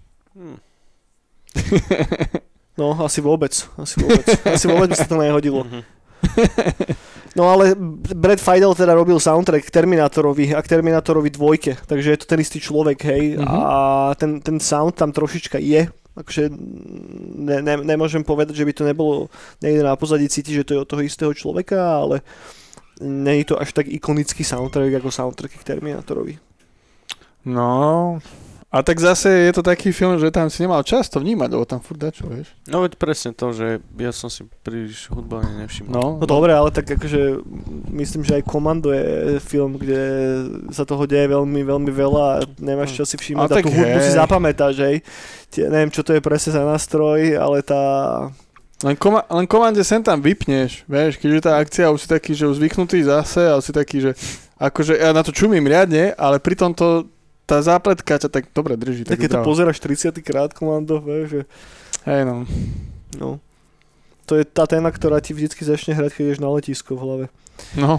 Speaker 1: No, asi vôbec. Asi vôbec by sa to nehodilo. No ale Brad Fiedel teda robil soundtrack k Terminátorovi a k Terminátorovi 2, takže je to ten istý človek, hej. A ten sound tam trošička je. Akože nemôžem povedať, že by to nebolo niekde na pozadí cítiť, že to je od toho istého človeka, ale nie je to až tak ikonický soundtrack ako soundtrack k Terminátorovi.
Speaker 2: No, a tak zase je to taký film, že tam si nemal čas to vnímať, lebo tam furt dačo, vieš.
Speaker 3: No veď presne to, že ja som si príliš hudba nevšimol.
Speaker 1: No dobre, ale tak akože myslím, že aj Komando je film, kde sa toho deje veľmi, veľmi veľa a nemáš čas si všimnúť a tú hudbu si zapamätáš, hej. Neviem, čo to je presne za nástroj, ale tá...
Speaker 2: Len Komande sem tam vypneš, vieš, keďže tá akcia už si taký, že už zvyknutý zase, ale si taký, že akože ja na to čumím riadne, ale pri tomto tá zápletka ťa tak dobre drží.
Speaker 1: Tak keď to pozeráš 30 krát Komando, vieš, že...
Speaker 2: Hej no.
Speaker 1: No. To je tá téma, ktorá ti vždycky začne hrať, keď ješ na letisko v hlave.
Speaker 2: No.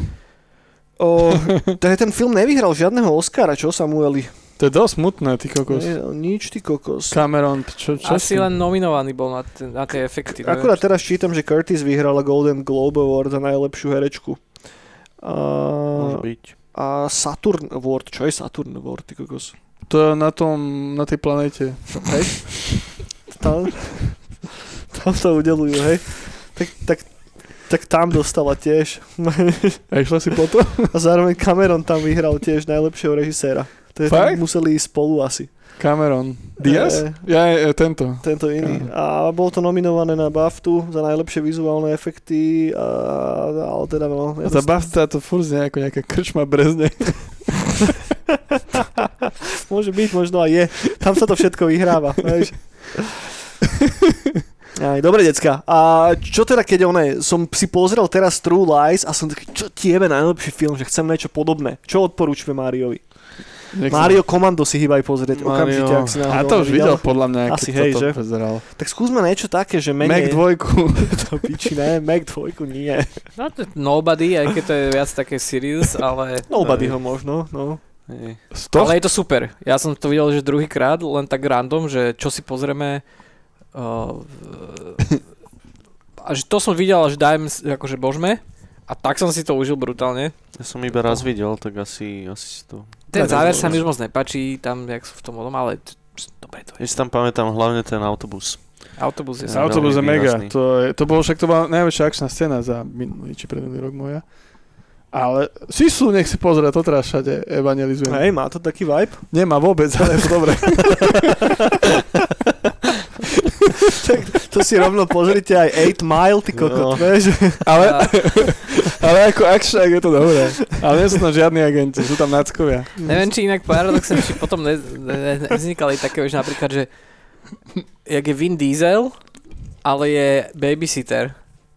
Speaker 1: Ten film nevyhral žiadneho Oscara, čo Samueli?
Speaker 2: To je dosť smutné, ty kokos.
Speaker 1: Nič, ty kokos.
Speaker 2: Cameron, čo
Speaker 4: asi len nominovaný bol na tie efekty.
Speaker 1: Akurát teraz čítam, že Curtis vyhrala Golden Globe Award za najlepšiu herečku.
Speaker 3: Môže byť.
Speaker 1: A Saturn Award. Čo je Saturn Award, ty kokos?
Speaker 2: To je na tej planete.
Speaker 1: Hej? Tam to udelujú, hej? Tak tam dostala tiež.
Speaker 2: A išla si potom?
Speaker 1: A zároveň Cameron tam vyhral tiež najlepšieho režiséra. To je tam museli ísť spolu asi.
Speaker 2: Cameron. Diaz? Tento.
Speaker 1: Tento iný. A bolo to nominované na BAFTU za najlepšie vizuálne efekty. Ale teda
Speaker 2: a za BAFTA to furt znie ako nejaká krčma brezne.
Speaker 1: Môže byť, možno aj je. Tam sa to všetko vyhráva. Dobre, decka. A čo teda, keď som si pozrel teraz True Lies a som taký, čo ti jebe najlepší film, že chcem niečo podobné. Čo odporúčime Máriovi? Mario Commando si hýbaj pozrieť okamžite, ak si náhodou
Speaker 2: a to už videl podľa mňa,
Speaker 1: asi,
Speaker 2: keď
Speaker 1: hej,
Speaker 2: toto
Speaker 1: že?
Speaker 2: pozeral.
Speaker 1: Tak skúsme niečo také, že
Speaker 2: Mac
Speaker 1: menej...
Speaker 2: 2.
Speaker 1: To piči, ne, Mac 2 nie.
Speaker 4: No to je Nobody, aj keď to je viac také serious, ale...
Speaker 1: Nobody ho možno, no.
Speaker 4: Ale je to super. Ja som to videl, že druhýkrát, len tak random, že čo si pozrieme... a že to som videl, že dajme, akože božme. A tak som si to užil brutálne.
Speaker 3: Ja som iba raz videl, tak asi si to...
Speaker 4: Ten záver sa mi už moc nepáči, tam, jak sú v tom modom, ale dobre to je.
Speaker 3: Ja si tam pamätám hlavne ten autobus.
Speaker 4: Autobus je
Speaker 2: Autobus je
Speaker 3: veľmi
Speaker 2: mega.
Speaker 3: výrazný.
Speaker 2: To bola najväčšia akčná scéna za minulý či predminulý rok moja. Ale Sisu, nech si pozrie, to teraz všade evangelizujem.
Speaker 1: Hej, má to taký vibe?
Speaker 2: Nemá vôbec, ale je to dobré.
Speaker 1: Tak to si rovno pozrite aj 8 Mile, ty kokot, vieš.
Speaker 2: Ale ako akčák je to dobré. Ale nie sú tam žiadni agenti, sú tam náckovia.
Speaker 4: Neviem, či inak paradoxne, či potom nevznikali také, že napríklad, že jak je Vin Diesel, ale je babysitter.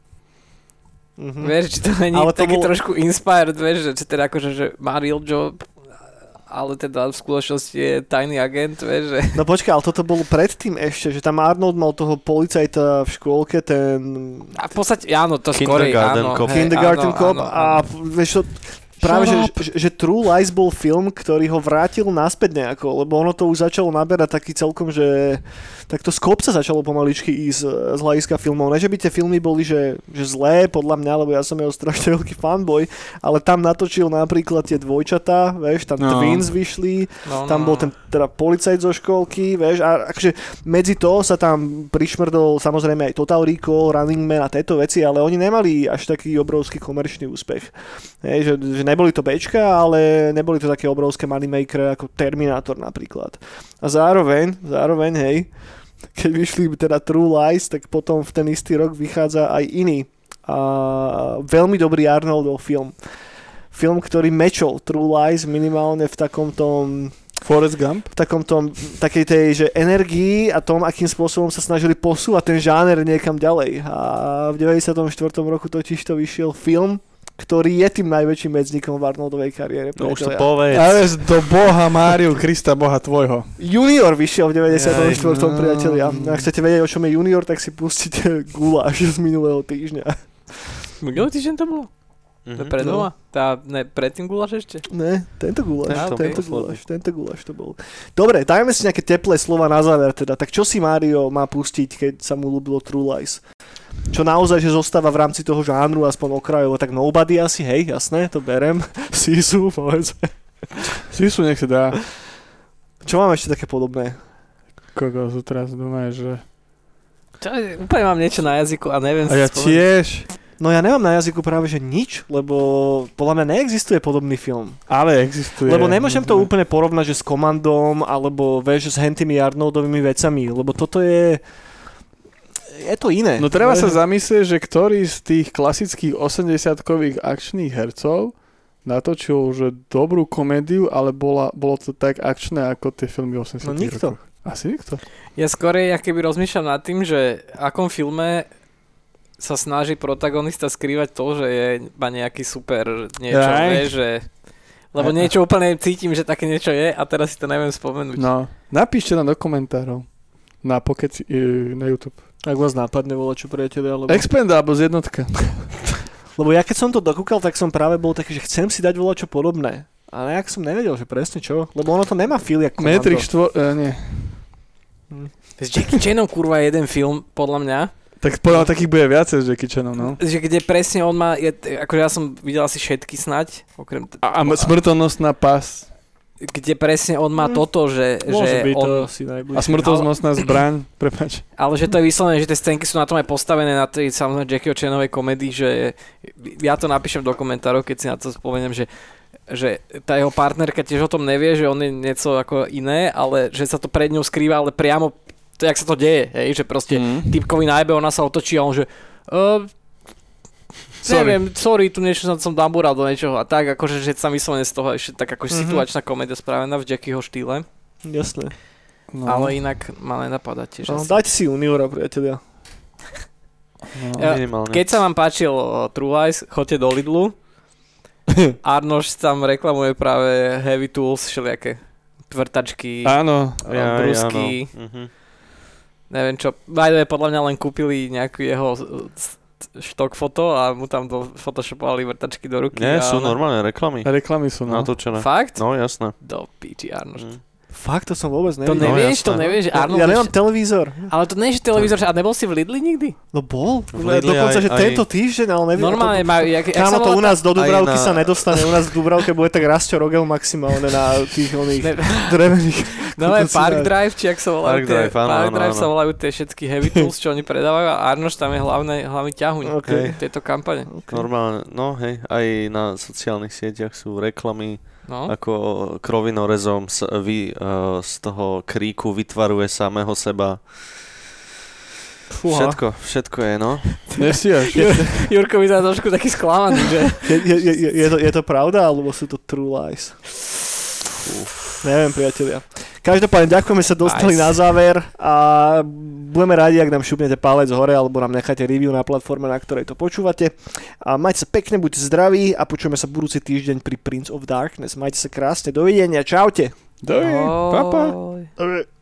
Speaker 1: Mhm.
Speaker 4: Vieš, či to není
Speaker 1: Ale to
Speaker 4: taký
Speaker 1: bol-
Speaker 4: trošku inspired, vieš, že teda akože, že má real job, ale teda v skutočnosti je tajný agent, vieš, že...
Speaker 1: No počkaj, ale toto bolo predtým ešte, že tam Arnold mal toho policajta v škôlke, ten...
Speaker 4: A v podstate, áno, to skorej,
Speaker 3: Kindergarten
Speaker 4: áno.
Speaker 3: Cop.
Speaker 4: hej,
Speaker 1: Kindergarten
Speaker 4: áno,
Speaker 1: Cop
Speaker 4: áno,
Speaker 1: a
Speaker 4: áno.
Speaker 1: vieš to, práve, že True Lies bol film, ktorý ho vrátil naspäť nejako, lebo ono to už začalo naberať taký celkom, že takto z kopca začalo pomaličky ísť z hľadiska filmov. Ne, že by tie filmy boli, že zlé, podľa mňa, lebo ja som jeho strašne veľký fanboy, ale tam natočil napríklad tie dvojčatá, vieš, tam Twins vyšli, tam bol ten teda policajt zo školky, vieš, a akože medzi to sa tam prišmrdol samozrejme aj Total Recall, Running Man a tieto veci, ale oni nemali až taký obrovský komerčný úspech. Hej, že neboli to Bčka, ale neboli to také obrovské moneymaker ako Terminator napríklad. A zároveň, hej, keď vyšli teda True Lies, tak potom v ten istý rok vychádza aj iný a veľmi dobrý Arnoldov film. Film, ktorý mečol True Lies minimálne v takomto
Speaker 2: Forrest Gump?
Speaker 1: v takomto, takej tej, že energii a tom, akým spôsobom sa snažili posúvať ten žáner niekam ďalej. A v 94. roku totiž to vyšiel film, ktorý je tým najväčším medzníkom v Arnoldovej kariére.
Speaker 3: No už to
Speaker 1: priatelia.
Speaker 3: povedz.
Speaker 2: Ale do Boha Máriu, Krista, Boha tvojho.
Speaker 1: Junior vyšiel v 94.
Speaker 2: Aj,
Speaker 1: priatelia. Ak chcete vedieť, o čom je Junior, tak si pustite Guláš z minulého týždňa.
Speaker 4: Minulý týždeň to bolo? Pred doma? Predtým Guláš ešte?
Speaker 1: Ne, tento Guláš,
Speaker 3: Tento,
Speaker 1: tento Guláš to bol. Dobre, dajme si nejaké teplé slova na záver teda. Tak čo si Mário má pustiť, keď sa mu ľúbilo True Lies? Čo naozaj, že zostáva v rámci toho žánru, aspoň okrajovo, tak Nobody asi, hej, jasné, to berem. Sisu, povedzme.
Speaker 2: Sisu nech si dá.
Speaker 1: Čo mám ešte také podobné?
Speaker 2: Kokos, teraz dúmaj, že...
Speaker 4: Úplne mám niečo na jazyku a neviem
Speaker 2: A ja
Speaker 4: si spomenúť.
Speaker 2: tiež.
Speaker 1: No ja nemám na jazyku práve, že nič, lebo podľa mňa neexistuje podobný film.
Speaker 2: Ale existuje.
Speaker 1: Lebo nemôžem to úplne porovnať, že s Komandom, alebo vieš, s hentými Arnoldovými vecami, lebo toto je to iné.
Speaker 2: No treba sa zamyslieť, že ktorý z tých klasických 80-kových akčných hercov natočil že dobrú komédiu, ale bolo to tak akčné ako tie filmy 80
Speaker 1: No nikto.
Speaker 2: rokov. Asi nikto.
Speaker 4: Ja skorej, keby rozmýšľam nad tým, že v akom filme sa snaží protagonista skrývať to, že je iba nejaký super niečo, vieš, že... Lebo niečo úplne cítim, že také niečo je a teraz si to neviem spomenúť.
Speaker 2: No, napíšte nám do komentárov na Pocket na YouTube.
Speaker 1: Ak vás nápadne volať, čo priatelia, lebo...
Speaker 2: Expendables jednotka.
Speaker 1: Lebo ja keď som to dokúkal, tak som práve bol taký, že chcem si dať volať čo podobné. Ale nejak som nevedel, že presne čo. Lebo ono to nemá feel jak Komando.
Speaker 2: Matrix 4, nie.
Speaker 4: S Jackie Chanom kurva je jeden film, podľa mňa,
Speaker 2: Tak podľa takých bude viacej s Jackie Chanom, no.
Speaker 4: že kde presne on má, akože ja som videl asi všetky snať, okrem...
Speaker 2: A smrtonosná pas.
Speaker 4: Kde presne on má toto, že
Speaker 1: Môže byť to
Speaker 4: on...
Speaker 1: asi
Speaker 2: A
Speaker 1: najbližšie.
Speaker 2: smrtonosná zbraň, prepáč.
Speaker 4: Ale že to je vyslovené, že tie scénky sú na tom aj postavené na tej samozrejme Jackie Chanovej komedii, že ja to napíšem do komentárov, keď si na to spomeniem, že tá jeho partnerka tiež o tom nevie, že on je niečo ako iné, ale že sa to pred ňou skrýva, ale priamo to, jak sa to deje, hej, že proste typkovi najbe, ona sa otočí a on že neviem, sorry, tu niečo som dambúral do niečoho a tak, akože že sa vyslovene z toho ešte tak akože situačná komédia spravená v Jackieho štýle,
Speaker 1: Jasné.
Speaker 2: No.
Speaker 4: ale inak ma nenapadá tiež
Speaker 1: No,
Speaker 4: asi.
Speaker 1: dajte si Juniora, priatelia.
Speaker 2: No.
Speaker 4: Ja-
Speaker 3: Minimálne.
Speaker 4: Keď sa vám páčil True Lies, choďte do Lidlu. Arnoš tam reklamuje práve heavy tools, všelijaké vrtačky,
Speaker 2: Áno.
Speaker 4: brusky. Neviem čo, podľa mňa len kúpili nejakú jeho štok foto a mu tam photoshopovali vrtačky do ruky.
Speaker 3: Nie, sú normálne reklamy.
Speaker 2: Reklamy sú, no.
Speaker 3: Natočené.
Speaker 4: Fakt?
Speaker 3: No, jasné.
Speaker 4: Do piči, Arnoš.
Speaker 1: Fakt, to som vôbec
Speaker 4: To
Speaker 1: nevidel.
Speaker 4: nevieš, Arnold.
Speaker 1: Ja nemám televízor.
Speaker 4: Ale to nie je televízor, a nebol si v Lidli nikdy?
Speaker 1: No bol.
Speaker 3: V Lidli
Speaker 1: Dokonca, že
Speaker 3: aj-
Speaker 1: tento týždeň, ale neviem.
Speaker 4: Normálne majú, jak
Speaker 1: Kámo,
Speaker 4: sa
Speaker 1: to u
Speaker 4: volá
Speaker 1: nás do Dubravky
Speaker 3: aj na-
Speaker 1: sa nedostane. U nás v Dubravke bude tak Rasťo Rogel maximálne na tých oných drevených.
Speaker 4: No aj Park Drive, či jak sa volajú
Speaker 3: Park Drive, áno,
Speaker 4: Park
Speaker 3: áno,
Speaker 4: Drive
Speaker 3: áno.
Speaker 4: sa volajú tie všetky heavy tools, čo oni predávajú a Arnoš tam je hlavný ťahuň tejto kampane.
Speaker 3: Normálne, no hej, aj na sociálnych sieťach sú reklamy,
Speaker 4: No.
Speaker 3: ako krovinorezom z toho kríku vytvaruje samého seba.
Speaker 1: Fúha.
Speaker 3: Všetko je, no.
Speaker 2: Nesiaš.
Speaker 4: Jurko vyzerá trošku taký sklamaný, že?
Speaker 1: Je to pravda, alebo sú to true lies? Neviem, priatelia. Každopádne ďakujeme, sa dostali na záver a budeme radi, ak nám šupnete palec hore alebo nám necháte review na platforme, na ktorej to počúvate. A majte sa pekne, buďte zdraví a počujeme sa budúci týždeň pri Prince of Darkness. Majte sa krásne, dovidenia, čaute.
Speaker 2: Dovidenia, pa.
Speaker 4: Ahoj.